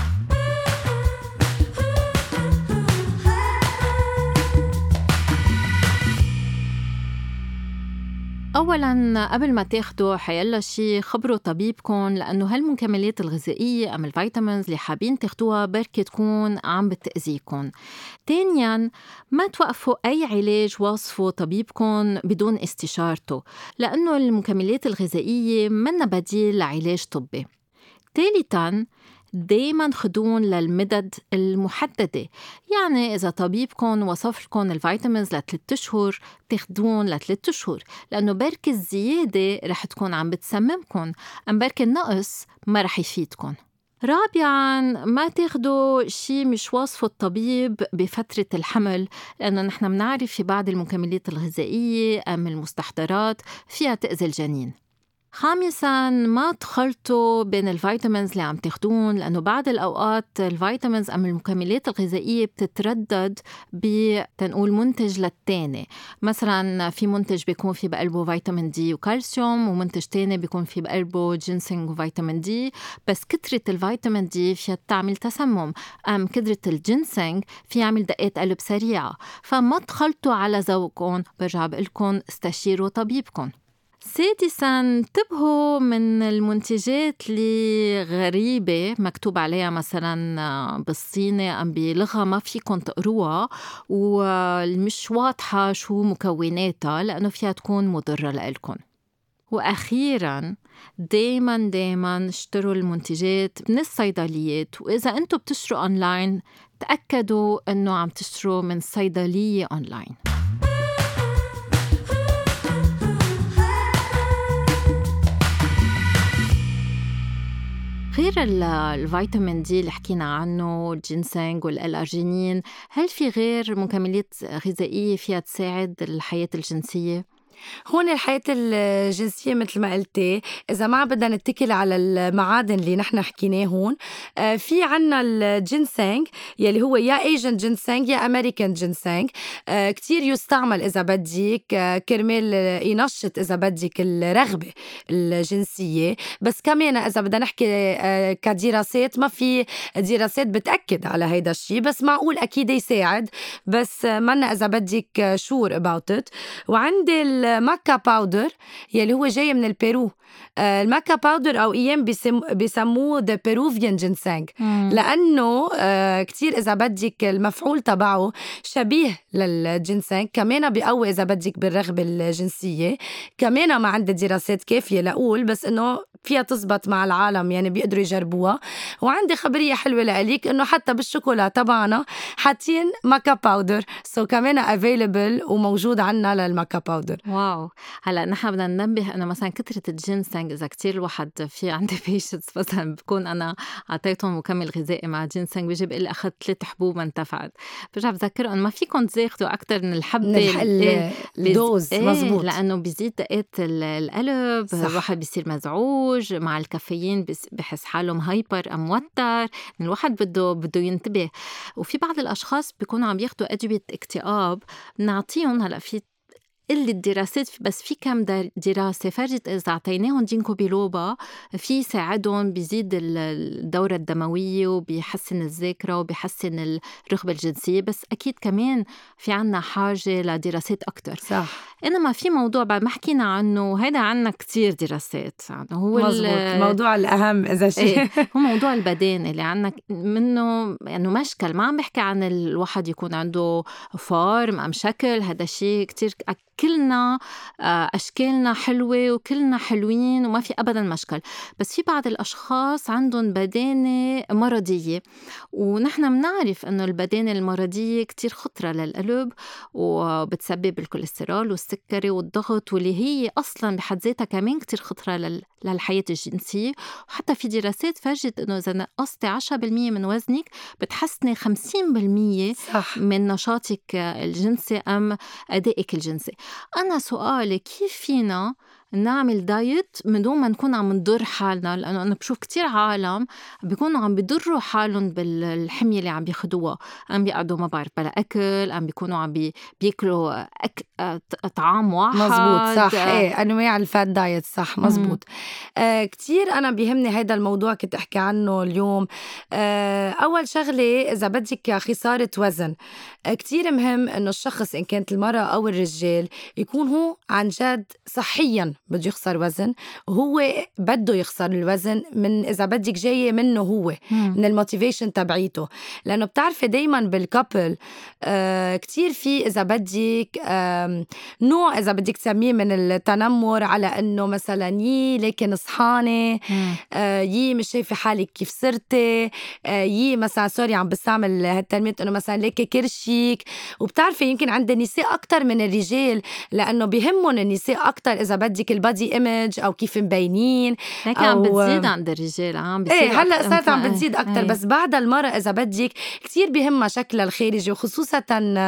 أولاً قبل ما تاخدوا حيلا شي خبروا طبيبكم، لأنه هالمكملات الغذائية أم الفيتامينز اللي حابين تاخدوها بركي تكون عم بتأذيكم. تانياً ما توقفوا أي علاج واصفه طبيبكم بدون استشارته، لأنه المكملات الغذائية منا بديل لعلاج طبي. ثالثاً دايماً خدون للمدد المحددة، يعني إذا طبيبكم وصف لكم الفيتامينز لثلاث أشهر تاخدون لثلاث أشهر، لأنه بركي الزيادة رح تكون عم بتسممكم، أم بركي النقص ما رح يفيدكم. رابعاً ما تاخدوا شي مش واصفه الطبيب بفترة الحمل، لأنه نحن منعرف في بعض المكملات الغذائية أم المستحضرات فيها تأذي الجنين. خامساً ما تخلطوا بين الفيتامينز اللي عم تاخدون، لأنه بعض الأوقات الفيتامينز أم المكملات الغذائية بتتردد بتنقول منتج للتاني. مثلاً في منتج بيكون في بقلبه فيتامين دي وكالسيوم، ومنتج تاني بيكون في بقلبه جينسينج وفيتامين دي، بس كترة الفيتامين دي فيها تعمل تسمم، أم كترة الجينسينج فيها يعمل دقات قلب سريعة. فما تخلطوا على ذوقكم، برجع بقلكم استشيروا طبيبكم. سادساً انتبهوا من المنتجات اللي غريبة مكتوب عليها مثلاً بالصيني أم بلغة ما فيكن تقروها ومش واضحة شو مكوناتها، لأنه فيها تكون مضرة لإلكن. وأخيراً دايماً دايماً اشتروا المنتجات من الصيدليات، وإذا أنتوا بتشتروا أونلاين تأكدوا أنه عم تشتروا من صيدلية أونلاين. غير الفيتامين دي اللي حكينا عنه الجينسينج والألارجينين، هل في غير مكملات غذائية فيها تساعد الحياة الجنسية؟ هون الحياة الجنسية مثل ما قلتي إذا ما بدنا نتكل على المعادن اللي نحن حكيناه هون، آه في عنا الجينسينج يلي هو يا ايجن جينسينج يا امريكان جينسينج، آه كتير يستعمل إذا بدك آه كرمال ينشط إذا بدك الرغبة الجنسية. بس كمان إذا بدنا نحكي آه كدراسات ما في دراسات بتأكد على هيدا الشي، بس معقول أكيد يساعد، بس آه منا إذا بدك شور about it. وعندي الماكا باودر يلي هو جاي من البيرو. آه الماكا باودر أو أيام بيسم بيسموه the Peruvian ginseng لأنه آه كتير إذا بدك المفعول تبعه شبيه للجنسنج، كمان بيقوي إذا بدك بالرغبة الجنسية. كمان ما عندي دراسات كافية لأقول، بس إنه فيها تزبط مع العالم، يعني بيقدروا يجربوها. وعندي خبرية حلوة لأليك إنه حتى بالشوكولا تبعنا حاطين ماكا باودر، سو كمان available وموجود عنا للماكا باودر. واو. هلا نحن بدنا ننبه انه مثلا كثره الجينسنج اذا كتير الواحد في عندي بيشنتس مثلا بكون انا اعطيتهم مكمل غذائي مع جينسنج بيجي بقول لي اخذت ثلاث حبوب ما انتفعت، برجع بذكرهم انه ما فيكم تاخذوا اكثر من الحبه الدوز. إيه مزبوط. لانه بيزيد دقات القلب، الواحد بيصير مزعوج مع الكافيين، بحس حاله مهايبر أم موتر، الواحد بده بده ينتبه. وفي بعض الاشخاص بيكونوا عم ياخذوا ادويه اكتئاب، بنعطيهم هلا في اللي الدراسات بس في كم دراسة فرجت إذا أعطيناهم جينكو بيلوبا في يساعدهم بيزيد الدورة الدموية وبيحسن الذاكرة وبيحسن الرغبة الجنسية، بس أكيد كمان في عنا حاجة لدراسات أكتر. صح. إنما في موضوع بعد ما حكينا عنه هيدا عنا كتير دراسات عنه، هو الموضوع الأهم إذا شيء ايه هو موضوع البدن اللي عنا منه يعني مشكل. ما عم بحكي عن الواحد يكون عنده فارم أم شكل، هذا شيء كتير كلنا أشكالنا حلوة وكلنا حلوين وما في أبدا مشكل، بس في بعض الأشخاص عندهم بدانة مرضية، ونحن منعرف أنه البدانة المرضية كتير خطرة للقلب وبتسبب الكوليسترول والسكري والضغط، واللي هي أصلا بحد ذاتها كمان كتير خطرة للحياة الجنسية. وحتى في دراسات فرجت أنه إذا نقصتي عشرة بالمية من وزنك بتحسني خمسين بالمية صح. من نشاطك الجنسي أم أدائك الجنسي. أنا سؤالي كيف فينا نعمل دايت من دون ما نكون عم نضر حالنا؟ لأنه أنا بشوف كتير عالم بيكونوا عم بيضروا حالهم بالحمية اللي عم بياخدوها، عم بيقعدوا ما بعرف بلا أكل، عم بيكونوا عم بي بياكلوا أك... طعام واحد. مزبوط. صح. ايه أنواع الفات دايت. صح. مزبوط. آه كتير أنا بيهمني هيدا الموضوع كنت أحكي عنه اليوم. آه أول شغلة إذا بدك خسارة وزن، آه كتير مهم إنه الشخص إن كانت المرأة أو الرجال يكون هو عن جد صحياً بده يخسر وزن، وهو بده يخسر الوزن من إذا بدك جاية منه هو مم. من الموتيفيشن تبعيته. لأنه بتعرفي دايماً بالكابل آه كتير في إذا بدك آه نوع إذا بدك تسميه من التنمر على إنه مثلاً يي لكن صحانة، آه يي مش شايفة حالك كيف صرتي، آه يي مثلاً سوري عم بستعمل هالتلميت إنه مثلاً ليكي كرشيك. وبتعرفي يمكن عند النساء أكتر من الرجال لأنه بيهمهم النساء أكتر إذا بدك البادي إيمج أو كيف مبينين. لكن عم بتزيد عند الرجال، عم بتصير ايه هلا صارت عم أكتر. بتزيد أكتر. ايه. بس بعد المرة إذا بدك كتير بيهمها شكلها الخارجي، وخصوصا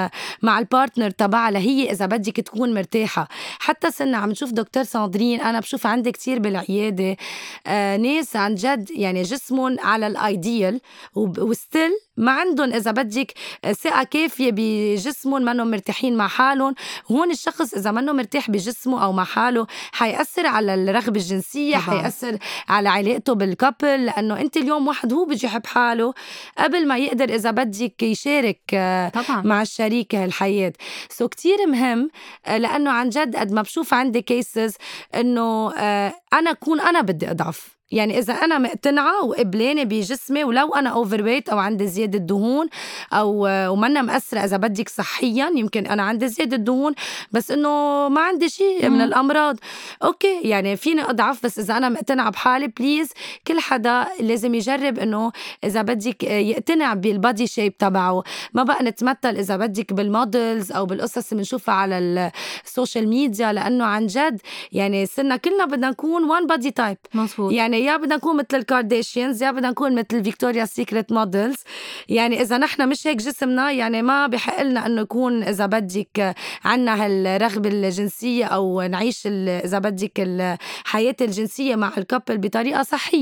مع البارتنر تبعها لهي إذا بدك تكون مرتاحة. حتى سنة عم نشوف دكتور ساندرين، أنا بشوف عندي كتير بالعيادة آه ناس عن جد يعني جسمهم على الأيديال وستيل ما عندهم إذا بدك ثقة كافية بجسمهم، منهم مرتاحين مع حالهم. هون الشخص إذا منه مرتاح بجسمه أو مع حاله حيأثر على الرغبة الجنسية، طبعاً. حيأثر على علاقته بالكابل. لأنه أنت اليوم واحد هو بيجي يحب حاله قبل ما يقدر إذا بدك يشارك طبعاً. مع الشريك الحياة. سو كتير مهم لأنه عن جد قد ما بشوف عندي كيسز إنه أنا أكون أنا بدي أضعف. يعني إذا أنا مقتنعة وقبلانة بجسمي، ولو أنا أوفر ويت أو عندي زيادة دهون أو ومنا مأثرة إذا بدك صحيا، يمكن أنا عندي زيادة دهون بس إنه ما عندي شيء من الأمراض، أوكي يعني فيني أضعف. بس إذا أنا مقتنعة بحالي بليز كل حدا لازم يجرب إنه إذا بدك يقتنع بالبادي شيب تبعه. ما بقى نتمثل إذا بدك بالمودلز أو بالقصص اللي بنشوفها على السوشيال ميديا، لأنه عن جد يعني صرنا كلنا بدنا نكون وان بادي تايب. مظبوط. يعني يا بدنا نكون مثل الكارداشيانز يا بدنا نكون مثل فيكتوريا سيكريت مودلز. يعني إذا نحن مش هيك جسمنا يعني ما بحق لنا إنه يكون إذا بدك عنا هالرغبة الجنسية أو نعيش إذا بدك الحياة الجنسية مع الكابل بطريقة صحية.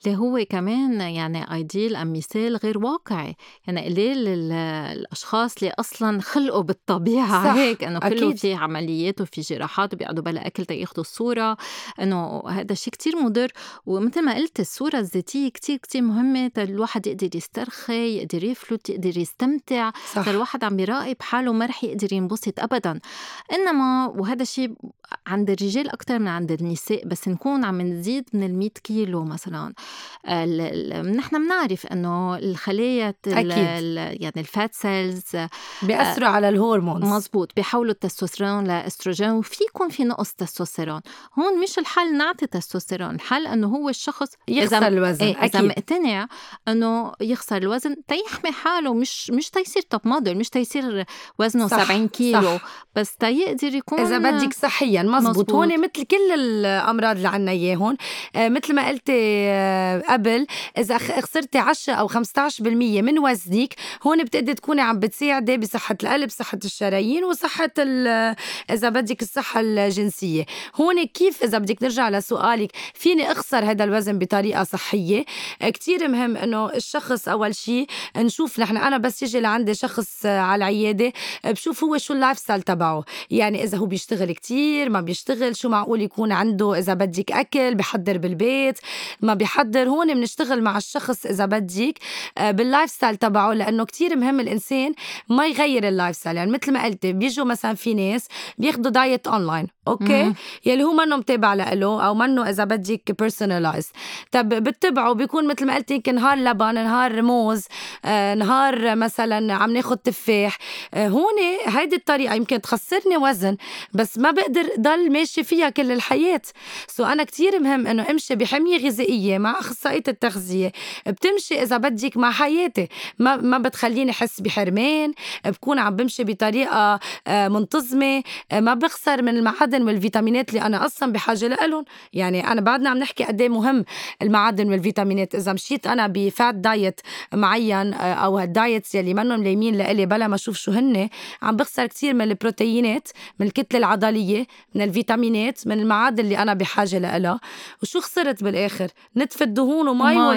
اللي هو كمان يعني ايديل أم مثال غير واقعي. يعني قليل ال- الأشخاص اللي أصلا خلقوا بالطبيعة صح، هيك إنه كله أكيد. في عمليات وفي جراحات وبيقعدوا بلا أكل تياخدوا الصورة. إنه هذا شيء كتير مضر. ومثل ما قلت الصورة الذاتية كتير كتير مهمة، تا الواحد يقدر يسترخي، يقدر يفلت، يقدر يستمتع. تا صح، الواحد عم بيراقب حاله ما رح يقدر ينبسط أبدا. إنما وهذا الشيء عند الرجال أكتر من عند النساء، بس نكون عم نزيد من المية كيلو مثلا، ال- ال- نحن بنعرف انه الخلايا ال- أكيد ال- يعني الفات سيلز بيأثروا على الهرمونز. مزبوط بيحولوا التستوستيرون لاستروجين، وفي يكون في نقص تستوستيرون. هون مش الحل نعطي تستوستيرون، الحل انه هو الشخص يخسر اذا الوزن، ايه اذا أكيد. مقتنع انه يخسر الوزن تيحمي حاله، مش مش تيصير توب موديل، مش تيصير وزنه صح، سبعين كيلو، صح. بس تيقدر يكون إذا بدك صحيا مزبوط. مزبوط. هون مثل كل الأمراض اللي عنا إياهم، آه، مثل ما قلتي آه، قبل، إذا خ- خسرتي عشرة أو خمسة عشر بالمية من وزنك، هون بتقدر تكوني عم بتساعدي بصحة القلب، صحة الشرايين، وصحة ال- إذا بدك الصحة الجنسية. هون كيف إذا بدك نرجع لسؤالك فيني أخسر هذا الوزن بطريقة صحية؟ آه، كتير مهم إنه الشخص أول شي نشوف. نحن أنا بس يجي لعندي شخص آه، على العيادة، آه، بشوف هو شو اللايف ستايل تبعه. يعني إذا هو بيشتغل كتير، ما بيشتغل، شو معقول يكون عنده إذا بدك أكل، بيحضر بالبيت، ما بيحضر. هون بنشتغل مع الشخص إذا بدك آه، باللايف ستايل تبعه، لأنه كتير مهم الإنسان ما يغير اللايف ستايل. يعني مثل ما قلت بيجوا مثلا في ناس بياخدوا دايت أونلاين، أوكي، مم. يلي هو منه متابع له أو منه إذا بدك personalized. طب بتتبعه بيكون مثل ما قلت يمكن نهار لبن، نهار موز، آه، نهار مثلا عم ناخد تفاح. آه، هون هيدي الطريقة يمكن تخسرني وزن، بس ما بقدر ضل ماشي فيها كل الحياة. سو أنا كتير مهم إنه أمشي بحمية غذائية مع أخصائية التغذية، بتمشي إذا بدك مع حياتي، ما ما بتخليني أحس بحرمان، بكون عم بمشي بطريقة آه، منتظمة، آه، ما بخسر من المعادن والفيتامينات اللي أنا أصلا بحاجة لإلهم. يعني أنا بعدنا عم نحكي قد إيه مهم المعادن والفيتامينات. إذا مشيت أنا بفات دايت معين آه، أو هالدايتس يلي منهم لايمين لإلي بلا ما أشوف شو هن، عم بخسر كتير من البروتينات، من الكتلة العضلية، من الفيتامينات، من المعادن اللي أنا بحاجة لإلها. وشو خسرت بالآخر؟ نتفة دهون ومي، مي.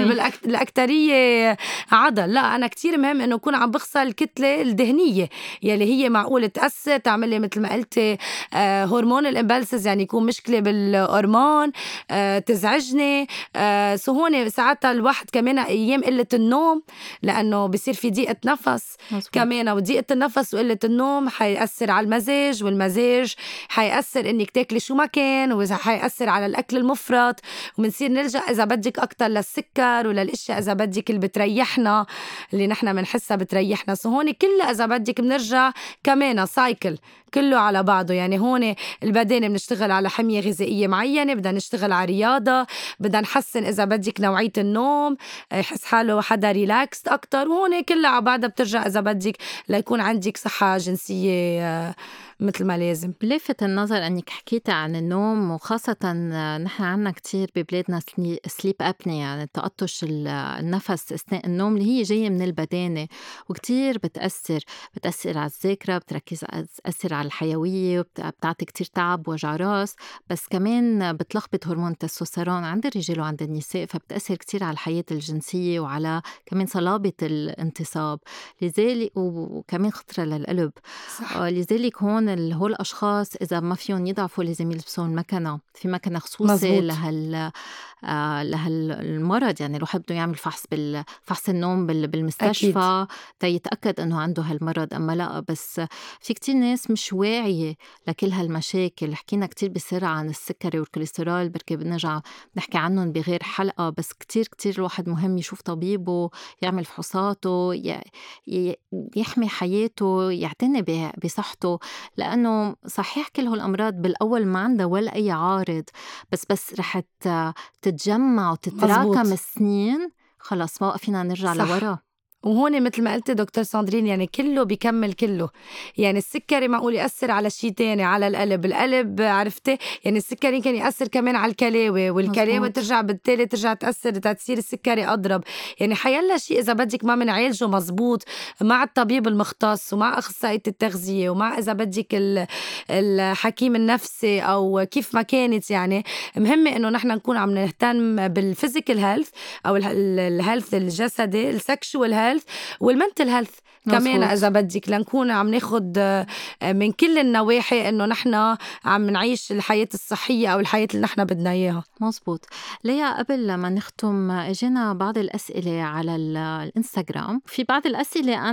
والأكترية عضل. لا، أنا كتير مهم إنه أكون عم بخسر الكتلة الدهنية يلي هي معقول تأثر تعمل لي مثل ما قلتي آه هرمون الامبالسز، يعني يكون مشكلة بالهرمون آه تزعجني. آه سو هون ساعتها الواحد كمان أيام قلة النوم، لأنه بصير في ضيقة نفس مزبوط. كمان، وضيقة النفس وقلة النوم حيأثر على المزاج، والمزاج حيأثر إنك تاكلي شو ما كان، وحيأثر على الأكل المفرط، ومنصير نرجع إذا بدك أكتر للسكر وللأشياء إذا بدك اللي بتريحنا، اللي نحنا منحسها بتريحنا. سو هون كلها إذا بدك بنرجع كمان سايكل كله على بعضه. يعني هون البدن بنشتغل على حمية غذائية معينة، بدنا نشتغل على رياضة، بدنا نحسن إذا بدك نوعية النوم، يحس حاله حدا ريلاكس أكتر. وهون كلها على بعضها بترجع إذا بدك ليكون عندك صحة جنسية آه، مثل ما لازم. لفت النظر أنك حكيتي عن النوم، وخاصة نحن عنا كتير ببلادنا سليب أبني، يعني تقطش ال- النفس أثناء النوم، اللي هي جاية من البدانة، وكتير بتأثر بتأثر على الذاكرة، بتركز بتأثر على الحيوية، وبتعطي كتير تعب وجع راس، بس كمان بتلخبط هرمون التستوستيرون عند الرجال وعند النساء، فبتأثر كتير على الحياة الجنسية وعلى كمان صلابة الانتصاب، لذلك وكمان خطرة للقلب. صح. آه، لذلك هون ال- هول الأشخاص إذا ما فيهم يضعفوا لازم يلبسون مكنة، في مكنة خصوصي مزبوط. لهال آه، لهالمرض. يعني الواحد بده يعمل فحص بال فحص النوم بال- بالمستشفى تيتأكد إنه عنده هالمرض. أما لا، بس في كتير ناس مش واعية لكل هالمشاكل. حكينا كتير بسرعة عن السكري والكوليسترول، بركي بنرجع نحكي عنهم بغير حلقة، بس كتير كتير الواحد مهم يشوف طبيبه، يعمل فحوصاته، ي- ي- يحمي حياته، يعتني ب- بصحته، لأنه صحيح كل هالأمراض بالأول ما عندها ولا أي عارض، بس بس رح ت- تتجمع وتتراكم مزبوط. السنين، خلص ما فينا نرجع صح. لورا. وهون مثل ما قلت دكتور ساندرين يعني كله بيكمل كله. يعني السكري معقول يأثر على شيء تاني، على القلب، القلب عرفتي يعني السكري يمكن يأثر كمان على الكلاوي، والكلاوي مزبوط. ترجع بالتالي ترجع تأثر تصير السكري أضرب. يعني حيلا شيء إذا بدك ما منعالجه مزبوط مع الطبيب المختص ومع أخصائية التغذية ومع إذا بدك الحكيم النفسي أو كيف ما كانت. يعني مهمة إنه نحن نكون عم نهتم بالفيزيكال هيلث أو الهيلث الجسدي، السكشوال هيلث والمنتل هيلث كمان إذا بدك، لنكون عم ناخد من كل النواحي إنه نحن عم نعيش الحياة الصحية أو الحياة اللي نحن بدنا إياها. مزبوط. ليا قبل لما نختم اجينا بعض الأسئلة على الانستغرام، في بعض الأسئلة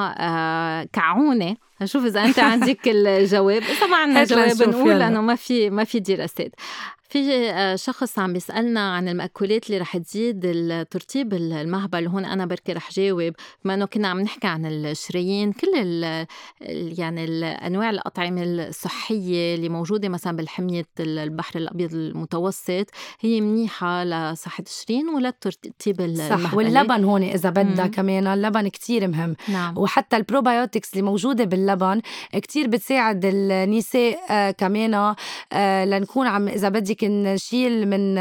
أنا كعونة نشوف إذا أنت عندك الجواب، إذا ما عندنا جواب نقول لأنه ما في ما في دراسات. في شخص عم بيسألنا عن المأكولات اللي رح تزيد الترطيب المهبل. هون أنا بركي رح جاوب، بما أنه كنا عم نحكي عن الشرايين. كل ال يعني الأنواع الأطعمة الصحية اللي موجودة مثلا بالحمية البحر الأبيض المتوسط هي منيحة لصحة الشرايين وللترطيب المهبلي. صح. واللبن هون إذا بدنا كمان اللبن كتير مهم. نعم. وحتى البروبايوتكس اللي موجودة باللبن كتير بتساعد النساء آه كمان آه لنكون عم إذا بدك نشيل من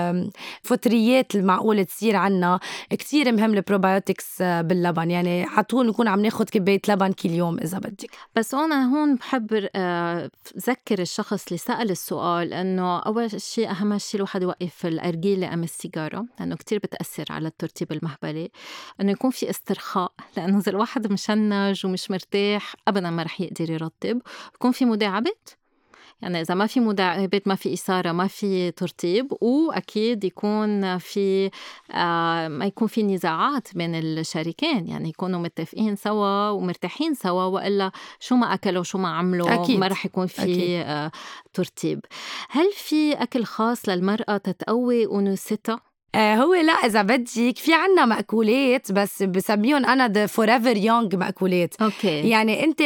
الفطريات المعقولة تصير عنا. كتير مهم البروبايوتكس باللبن، يعني حطول نكون عم ناخد كباية لبن كل يوم إذا بدك. بس أنا هون بحب أذكر الشخص اللي سأل السؤال أنه أول شيء أهم شيء الواحد يوقف الأرجيلة أم السيجارة، لأنه كتير بتأثر على الترطيب المهبلي. أنه يكون في استرخاء، لأنه إذا الواحد مشنج ومش مرتاح أبدا ما رح يقدر يرطب. يكون في مداعبات، يعني إذا ما في مداعبات ما في إثارة ما في ترطيب. وأكيد يكون في آه ما يكون في نزاعات بين الشريكين، يعني يكونوا متفقين سوا ومرتاحين سوا، وإلا شو ما أكلوا شو ما عملوا أكيد. ما رح يكون في آه ترطيب. هل في أكل خاص للمرأة تتقوي أنوثتها؟ آه هو لا إذا بدك في عنا مأكولات بس بسميهم أنا the forever young مأكولات. أوكي. يعني أنت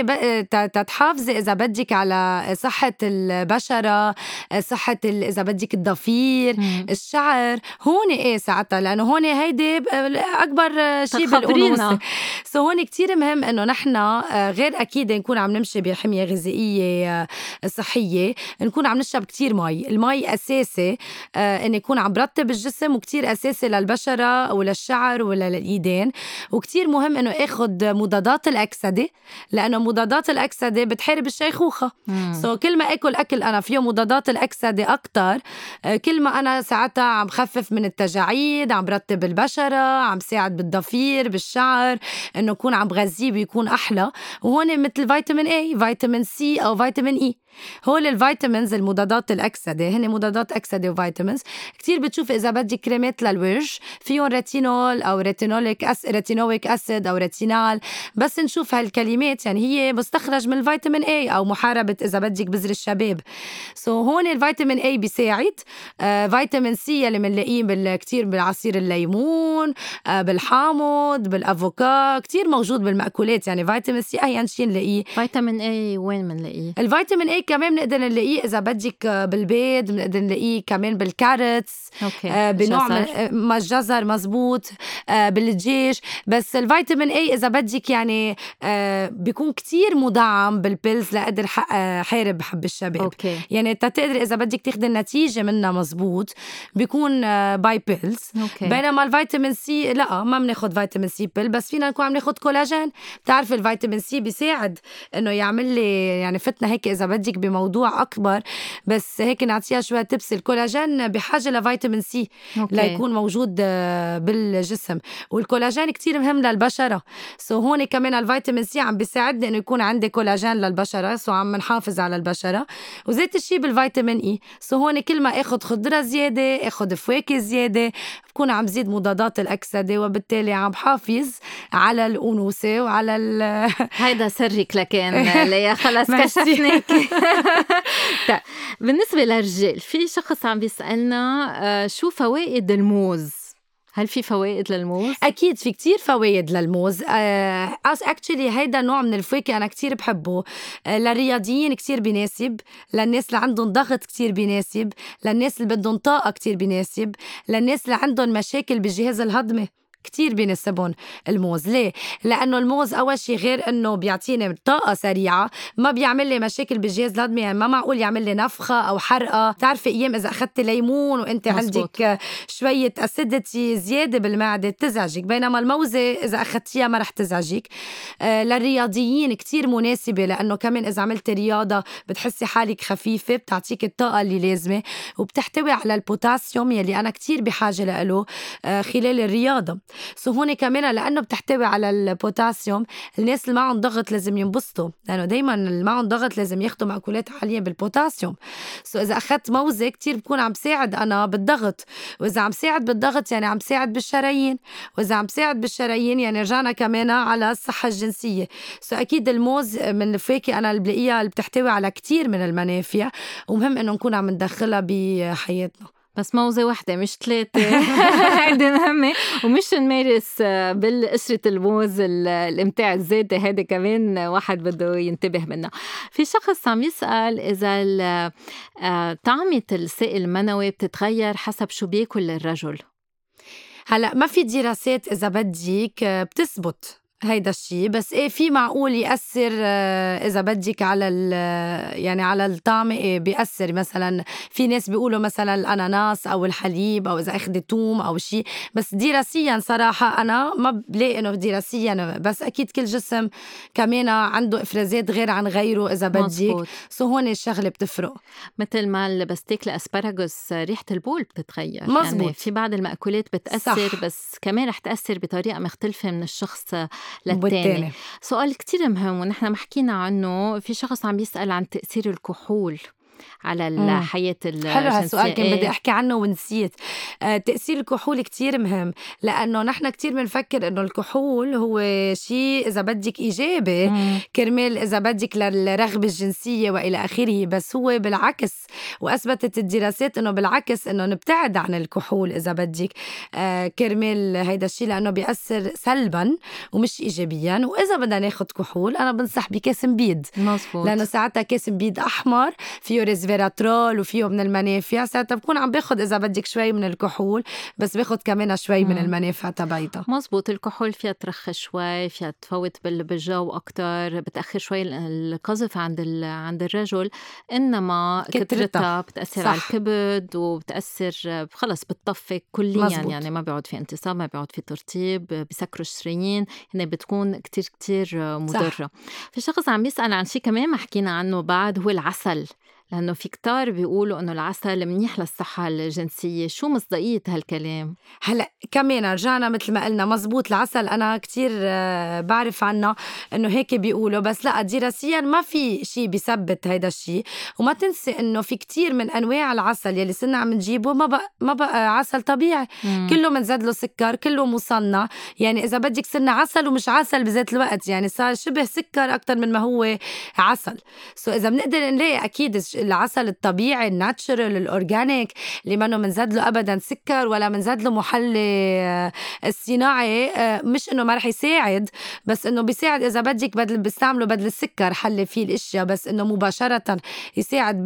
تتحافظي إذا بدك على صحة البشرة، صحة إذا بدك الضفير مم. الشعر. هون إيه ساعتها لأنه هون هيدي أكبر شيء بالأنوثة. سو هون كتير مهم إنه نحن غير أكيد نكون عم نمشي بحمية غذائية صحية، نكون عم نشرب كتير مي. المي أساسي إن يكون عم برطب الجسم، وكتير أساسي للبشرة وللشعر وللإيدين. وكتير مهم إنه أخد مضادات الأكسدة، لأنه مضادات الأكسدة بتحارب الشيخوخة. سو so, كل ما أكل أكل أنا فيه مضادات الأكسدة أكتر، كل ما أنا ساعتها عم خفف من التجاعيد، عم برطب البشرة، عم ساعد بالضفير بالشعر إنه يكون عم بغذيه بيكون أحلى. وهون مثل فيتامين A، فيتامين C أو فيتامين E. هول الفيتامينز المضادات الأكسدة هن مضادات أكسدة وفيتامينز. كتير بتشوف إذا بدك كريمات للوجه فيهم ريتينول أو ريتينوليك أس... ريتينويك أسيد أو ريتينال. بس نشوف هالكلمات يعني هي مستخرج من الفيتامين A أو محاربة إذا بدك بذر الشباب. سو so هون الفيتامين A بيساعد. آه فيتامين C اللي منلاقيه بالكتير بالعصير الليمون، آه بالحامض، بالأفوكا، كتير موجود بالمأكولات. يعني فيتامين C أهين شي نلاقيه. فيتامين A وين منلاقيه؟ الفيتامين A كمان بنقدر نلاقيه إذا بدك بالبيض، بنقدر نلاقيه كمان بالكارتس. أوكي. آه بنوع من الجزر مزبوط، آه بالدجاج. بس الفيتامين A إذا بدك يعني آه بيكون كتير مدعم بالبيلز لقدر حارب حب الشباب. أوكي. يعني تقدر إذا بدك تاخد النتيجة منها مزبوط بيكون آه باي بيلز. أوكي. بينما الفيتامين سي لا ما بناخد فيتامين سي بيل، بس فينا نكون عم ناخد كولاجين. بتعرف الفيتامين سي بيساعد إنه يعمل لي يعني فتنة هيك إذا بدك بموضوع أكبر، بس هيك نعطيها شوية تبس. الكولاجين بحاجة لفيتامين سي ليكون موجود بالجسم، والكولاجين كتير مهم للبشرة. سو هون كمان الفيتامين سي عم بيساعدني إنه يكون عندي كولاجين للبشرة، سو عم نحافظ على البشرة. وزيت الشي بالفيتامين إي. سو هون كل ما أخد خضرة زيادة، أخد فواكه زيادة، بكون عم زيد مضادات الأكسدة، وبالتالي عم بحافظ على الأنوثة وعلى ال هيدا سرك لكن ليا خلص كشفناك. طيب بالنسبة للرجال، في شخص عم بيسألنا شو فوائد الموز؟ هل في فوائد للموز؟ أكيد في كتير فوائد للموز. أس أكتشلي هيدا نوع من الفواكه أنا كتير بحبه. آه للرياضيين كتير بيناسب، للناس اللي عندهم ضغط كتير بيناسب، للناس اللي بدهم طاقة كتير بيناسب، للناس اللي عندهم مشاكل بالجهاز الهضمي كتير بيناسبهم الموز. ليه؟ لأنه الموز أول شي غير أنه بيعطيني طاقة سريعة، ما بيعمل لي مشاكل بالجهاز الهضمي، يعني ما معقول يعمل لي نفخة أو حرقة. تعرفي أيام إذا أخدت ليمون وأنت مزبوط. عندك شوية أسيدتي زيادة بالمعدة تزعجك، بينما الموزة إذا أخدتيها ما رح تزعجك. آه للرياضيين كتير مناسبة، لأنه كمان إذا عملت رياضة بتحسي حالك خفيفة، بتعطيك الطاقة اللي لازمة، وبتحتوي على البوتاسيوم يلي أنا كتير بحاجة له آه خلال الرياضة. سو هون كمان لأنه بتحتوي على البوتاسيوم، الناس اللي معهم ضغط لازم ينبسطوا، لأنه دايما اللي معهم ضغط لازم ياخدوا مأكولات عالية بالبوتاسيوم. سو إذا أخدت موزة كتير بكون عم ساعد أنا بالضغط، وإذا عم ساعد بالضغط يعني عم ساعد بالشرايين، وإذا عم ساعد بالشرايين يعني رجعنا كمان على الصحة الجنسية. سو أكيد الموز من الفواكه أنا اللي بلاقيها اللي بتحتوي على كتير من المنافع، ومهم إنه نكون عم ندخلها بحياتنا. بس موزة واحدة مش ثلاثة. هيدي مهمة. ومش نمارس بالقشرة الموز الإمتاع الزيادة، هيدا كمان واحد بده ينتبه منها. في شخص عم يسأل إذا طعمة السائل المنوي بتتغير حسب شو بياكل الرجل. هلأ ما في دراسات إذا بديك بتثبت هيدا الشي، بس ايه في معقول يأثر إذا بدك على يعني على الطعم. ايه بيأثر، مثلا في ناس بيقولوا مثلا الأناناس أو الحليب أو إذا أخذ توم أو شي، بس دراسيا صراحة أنا ما بلاقي إنه دراسيا، بس أكيد كل جسم كمان عنده إفرازات غير عن غيره إذا بدك. سو هون الشغلة بتفرق. مثل ما بس تاكل أسبراغوس ريحة البول بتتغير. مزبوط. يعني في بعض المأكولات بتأثر صح. بس كمان رح تأثر بطريقة مختلفة من الشخص والتاني. للتاني. سؤال كتير مهم ونحن ما حكينا عنه. في شخص عم يسأل عن تأثير الكحول على الحياة الجنسية. حلو هالسؤال، كان بدي أحكي عنه ونسيت. آه تأثير الكحول كتير مهم، لأنه نحن كتير بنفكر إنه الكحول هو شيء إذا بدك إيجابي مم. كرمال إذا بدك للرغبة الجنسية وإلى آخره، بس هو بالعكس. وأثبتت الدراسات إنه بالعكس إنه نبتعد عن الكحول إذا بدك آه كرمال هيدا الشيء، لأنه بيأثر سلبا ومش إيجابيا. وإذا بدنا ناخد كحول أنا بنصح بكاس بيض، مظبوط. لأنه ساعتها كاس بيض أحمر فيه ريزفيراترول وفيه من المنافع، ساعتها بكون عم باخد إذا بدك شوي من الكحول بس باخد كمان شوي مم. من المنافع تبعيتها. مزبوط. الكحول فيها ترخي شوي، فيها تفوت بالجو أكتر، بتأخر شوي القذف عند عند الرجل، إنما كترتها بتأثر صح. على الكبد وبتأثر خلص بتطفي كليا. مزبوط. يعني ما بيعود في انتصاب، ما بيعود في ترطيب، بيسكروا الشرايين، هنا بتكون كتير كتير مضرة. صح. في شخص عم يسأل عن شيء كمان ما حكينا عنه بعد، هو العسل، لأنه في كتار بيقولوا أنه العسل منيح للصحة الجنسية. شو مصداقية هالكلام؟ هلأ كمان رجعنا مثل ما قلنا مزبوط، العسل أنا كتير بعرف عنه أنه هيك بيقولوا، بس لا دراسيا ما في شيء بيثبت هيدا الشيء. وما تنسي أنه في كتير من أنواع العسل يلي صرنا عم نجيبه ما بقى, ما بقى عسل طبيعي. مم. كله منزد له سكر، كله مصنع. يعني إذا بدك صرنا عسل ومش عسل بذات الوقت، يعني صار شبه سكر أكتر من ما هو عسل. سو إذا بنقدر نلاقي أكيد العسل الطبيعي الناتشرال الأورجانيك اللي منه منزد له أبدا سكر ولا منزد له محلي الصناعي، مش إنه ما رح يساعد، بس إنه بيساعد إذا بدك بدل بيستعمله بدل السكر حلي فيه الأشياء، بس إنه مباشرة يساعد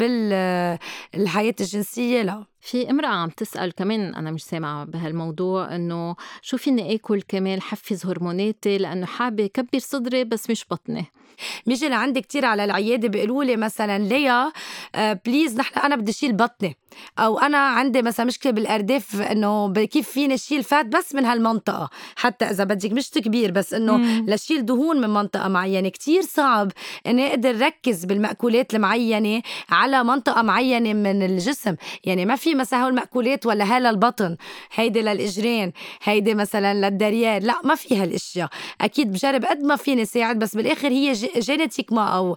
بالحياة الجنسية لا. في امرأة عم تسأل كمان، أنا مش سامعة بهالموضوع، إنه شو فيني آكل كمان حفز هرموناتي لأنه حابة كبر صدري بس مش بطني. بيجي لعندي كتير على العيادة بيقولوا لي مثلا ليا آه بليز نحن أنا بدي شيل بطني، أو أنا عندي مثلا مشكلة بالأرداف إنه كيف فيني شيل فات بس من هالمنطقة، حتى إذا بدك مش كبير بس إنه لشيل دهون من منطقة معينة. كتير صعب إني أقدر ركز بالمأكولات المعينة على منطقة معينة من الجسم. يعني ما في مثلا هول المأكولات ولا هلا البطن هيدي للإجرين هيدي مثلا للدريار، لا ما في هالاشياء. أكيد بجرب قد ما فيني ساعد، بس بالآخر هي جينيتيك ما أو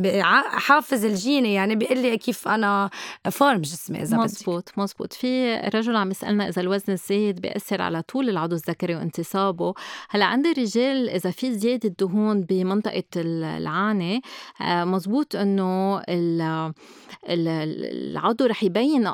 حافظ الجيني، يعني بيقول لي كيف أنا فارم جسمي إذا مزبوط بدك. مزبوط. في رجل عم يسألنا إذا الوزن الزايد بيأثر على طول العضو الذكري وانتصابه. هلا عند الرجال إذا في زيادة دهون بمنطقة العانة مزبوط إنه العضو رح يبين أقصر،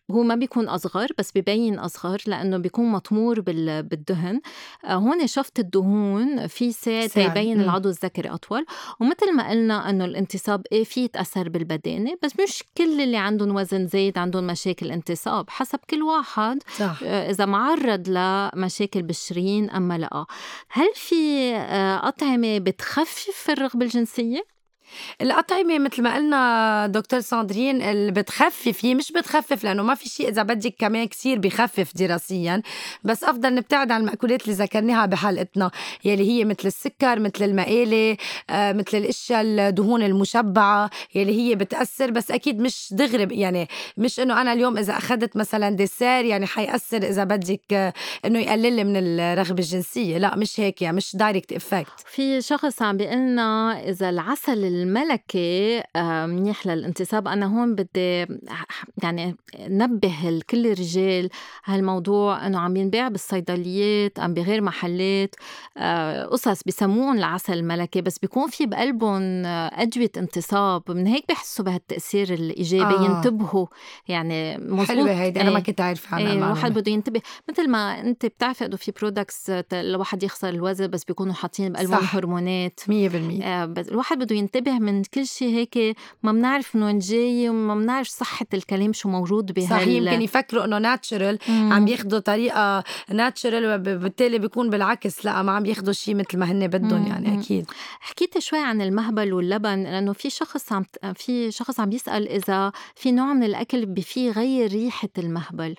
هو ما بيكون أصغر بس بيبين أصغر لأنه بيكون مطمور بال- بالدهن. آه، هون شفط الدهون في ساعة ساعد. يبين مم. العضو الذكري أطول. ومثل ما قلنا أنه الانتصاب إيه فيه يتأثر بالبدانة، بس مش كل اللي عندهم وزن زايد عندهم مشاكل انتصاب، حسب كل واحد صح. آه، إذا معرض لمشاكل بالشرايين أما لا. هل في آه، أطعمة بتخفف الرغبة الجنسية؟ الأطعمة مثل ما قلنا دكتور ساندرين اللي بتخفف، هي مش بتخفف لأنه ما في شيء إذا بدك كمان كتير بخفف دراسيا، بس أفضل نبتعد عن المأكولات اللي ذكرناها بحلقتنا يلي هي مثل السكر، مثل المقالي، آه، مثل الأشياء الدهون المشبعة يلي هي بتأثر، بس أكيد مش دغري. يعني مش إنه أنا اليوم إذا أخذت مثلا ديسير يعني حيأثر إذا بدك آه، إنه يقلل لي من الرغبة الجنسية. لا مش هيك، يعني مش دايركت إفكت. في شخص عم بيقلنا إذا العسل الملكي آه، منيح للانتصاب. أنا هون بدي ح- يعني نبه كل الرجال هالموضوع أنه عم ينباع بالصيدليات، عم بغير محلات آه، قصص بسموهم العسل الملكي، بس بيكون في بقلبهم آه، أدوية انتصاب، من هيك بحسوا بهالتأثير الإيجابي. آه. ينتبهوا يعني مزبوط. حلوة هيدي، أنا ما إيه. كنت عارفة عنها ايه الواحد المعلومة. بده ينتبه. مثل ما انت بتعرفي انه في برودكتس الواحد يخسر الوزن بس بيكونوا حاطين بقلبهم صح. هرمونات. مية بالمية. آه، بس الواحد بده ينتبه من كل شيء هيك، ما بنعرف من وين جاي وما بنعرف صحة الكلام شو موجود صح. يمكن بهال. يفكروا انه ناتشرال، عم مم. بياخدوا طريقة ناتشرال وبالتالي بيكون بالعكس، لا ما عم بياخدوا شيء مثل ما هن بدهم. مم. يعني مم. أكيد. حكيت شوي عن المهبل واللبن، لأنه في شخص عم في شخص عم بيسأل إذا في نوع من الأكل بفيه يغير ريحة المهبل.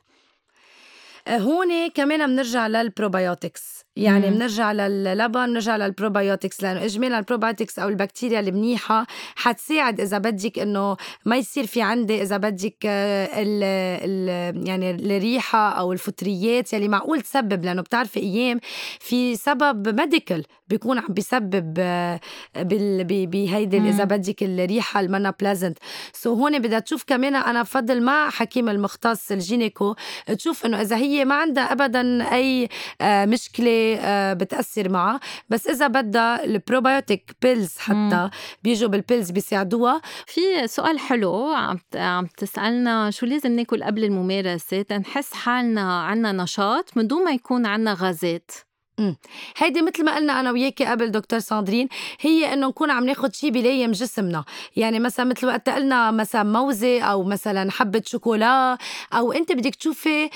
آه، هون كمان بنرجع للبروبايوتكس، يعني مم. بنرجع لللبن، بنرجع للبروبايوتكس، لأنه إجمالا البروبايوتكس أو البكتيريا المنيحة حتساعد إذا بدك إنه ما يصير في عندي إذا بدك آه، ال ال يعني الريحة أو الفطريات يلي معقول تسبب، لأنه بتعرفي أيام في سبب ميديكال بيكون عم بيسبب آه، بال- ب- بهيدي إذا مم. بدك الريحة المنا بلازنت. سو هون بدها تشوف كمان، أنا بفضل مع حكيم المختص الجينيكو تشوف إنه إذا هي ما عندها أبدا أي آه، مشكلة آه، بتأثر معها، بس إذا بدها البروبايوتيك بيلز مم. حتى بيجوا بالبيلز بيساعدوها. في سؤال حلو عم عم تسألنا شو لازم ناكل قبل الممارسة تنحس حالنا عنا نشاط من دون ما يكون عنا غازات. امم هيدي مثل ما قلنا انا وياكي قبل دكتور ساندرين، هي انه نكون عم ناخد شيء بيليم جسمنا. يعني مثلا مثل وقت قلنا مثلا موزه او مثلا حبه شوكولا، او انت بدك تشوفي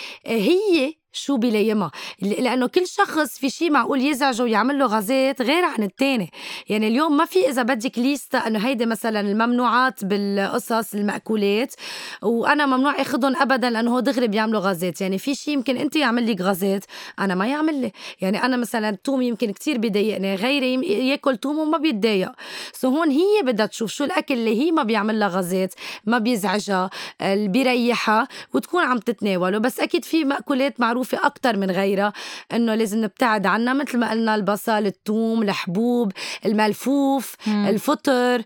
هي شو بيليمها، لانه كل شخص في شيء معقول يزعجه ويعمل له غازات غير عن التاني. يعني اليوم ما في اذا بدك ليستا انه هيدي مثلا الممنوعات بالقصص المأكولات وانا ممنوع اخذهم ابدا لانه هو دغري بيعملوا غازات. يعني في شيء يمكن انت يعمل لك غازات انا ما يعمل لي. يعني انا مثلا الثوم يمكن كتير بيضايقني، غيري يم- ياكل ثوم وما بيتضايق. سو هون هي بدها تشوف شو الاكل اللي هي ما بيعمل لها غازات، ما بيزعجها، اللي بيريحها وتكون عم تتناوله. بس اكيد في مأكولات معروفه اكتر من غيرها انه لازم نبتعد عنها، مثل ما قلنا البصل، الثوم، الحبوب، الملفوف، مم. الفطر،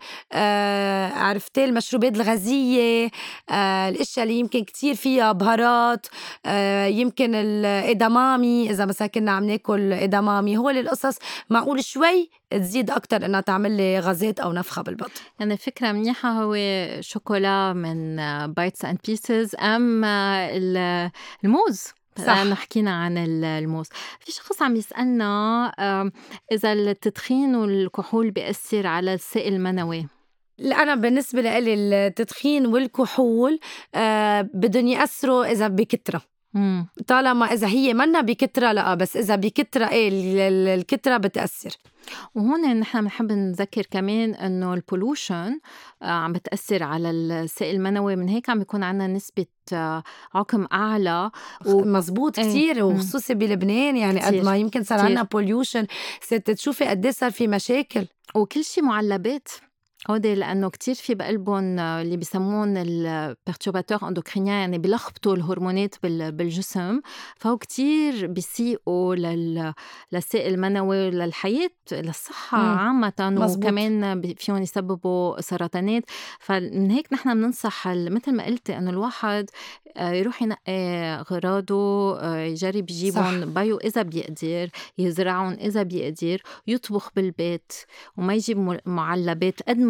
آه عرفتي المشروبات الغازيه، آه الاشياء اللي يمكن كتير فيها بهارات، آه يمكن الإدامامي إذا مثلا كنا عم ناكل إدامامي. هو القصص معقول شوي تزيد أكتر إنها تعمل لي غازات أو نفخة بالبطن. يعني فكرة منيحة هو شوكولا من بايتس اند بيسز أم ال- الموز، لأنه صح. حكينا عن ال- الموز. في شخص عم يسألنا آم، إذا التدخين والكحول بيأثر على السائل المنوي. لا أنا بالنسبة لي التدخين والكحول آه بدهم يأثروا إذا بكترة. مم. طالما إذا هي منا بكترة لا، بس إذا بكترة إيه ال- ال- الكترة بتأثر. وهون نحن بنحب نذكر كمان انه البولوشن عم بتأثر على السائل المنوي، من هيك عم بيكون عنا نسبة آه، عقم أعلى و... مزبوط ايه. كتير، مم. وخصوصي بلبنان. يعني قد كتير ما يمكن صار كتير. عنا بوليوشن ست تشوفي قد صار في مشاكل. وكل شي معلبات هودي، لأنه كتير في بقلبهم اللي بيسمون البرتورباتور اندوكرينيان، يعني بيلخبطوا الهرمونات بال- بالجسم، فهو كتير بيسيئوا لل... للسائل المنوي، للحياة، للصحة مم. عامة، مزبوط. وكمان بي- فيهم يسببوا سرطانات. فمن هيك نحن بننصح ال- مثل ما قلتي أنه الواحد آه، يروح ينقي غراضه، آه، يجرب صح. يجيبهم بيو إذا بيقدر، يزرعهم إذا بيقدر، يطبخ بالبيت وما يجيب مل- معلبات قد ما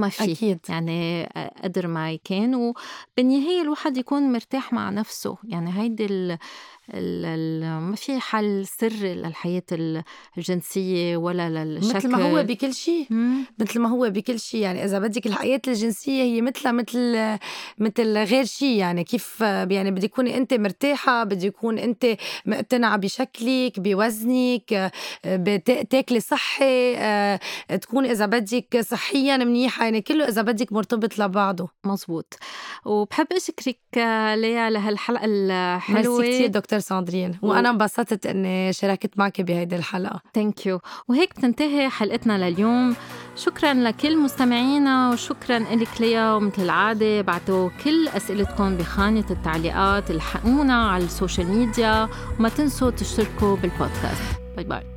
ما في أكيد. يعني قدر ما يكون، وبالنهاية الواحد يكون مرتاح مع نفسه. يعني هيدي ال ال ال ما في حل سري للحياة الجنسية ولا للشكل، مثل ما هو بكل شيء مم. مثل ما هو بكل شيء. يعني إذا بدك الحياة الجنسية هي مثلها مثل مثل غير شيء. يعني كيف يعني بدي تكوني أنت مرتاحة، بدي يكون أنت مقتنعة بشكلك بوزنك، بتاكلي صحي، تكون إذا بدك صحيا منيحة. يعني كله إذا بدك مرتبط لبعضه. مزبوط. وبحب أشكرك ليا لهالحلقة الحلوة. ميرسي كتير دكتور ساندرين، وأنا انبسطت أني شاركت معك بهيدي الحلقة. ثانك يو. وهيك بتنتهي حلقتنا لليوم. شكرا لكل مستمعينا، وشكرا لك ليا. ومثل العادة بعتوا كل أسئلتكم بخانة التعليقات، الحقونا على السوشيال ميديا، وما تنسوا تشتركوا بالبودكاست. باي باي.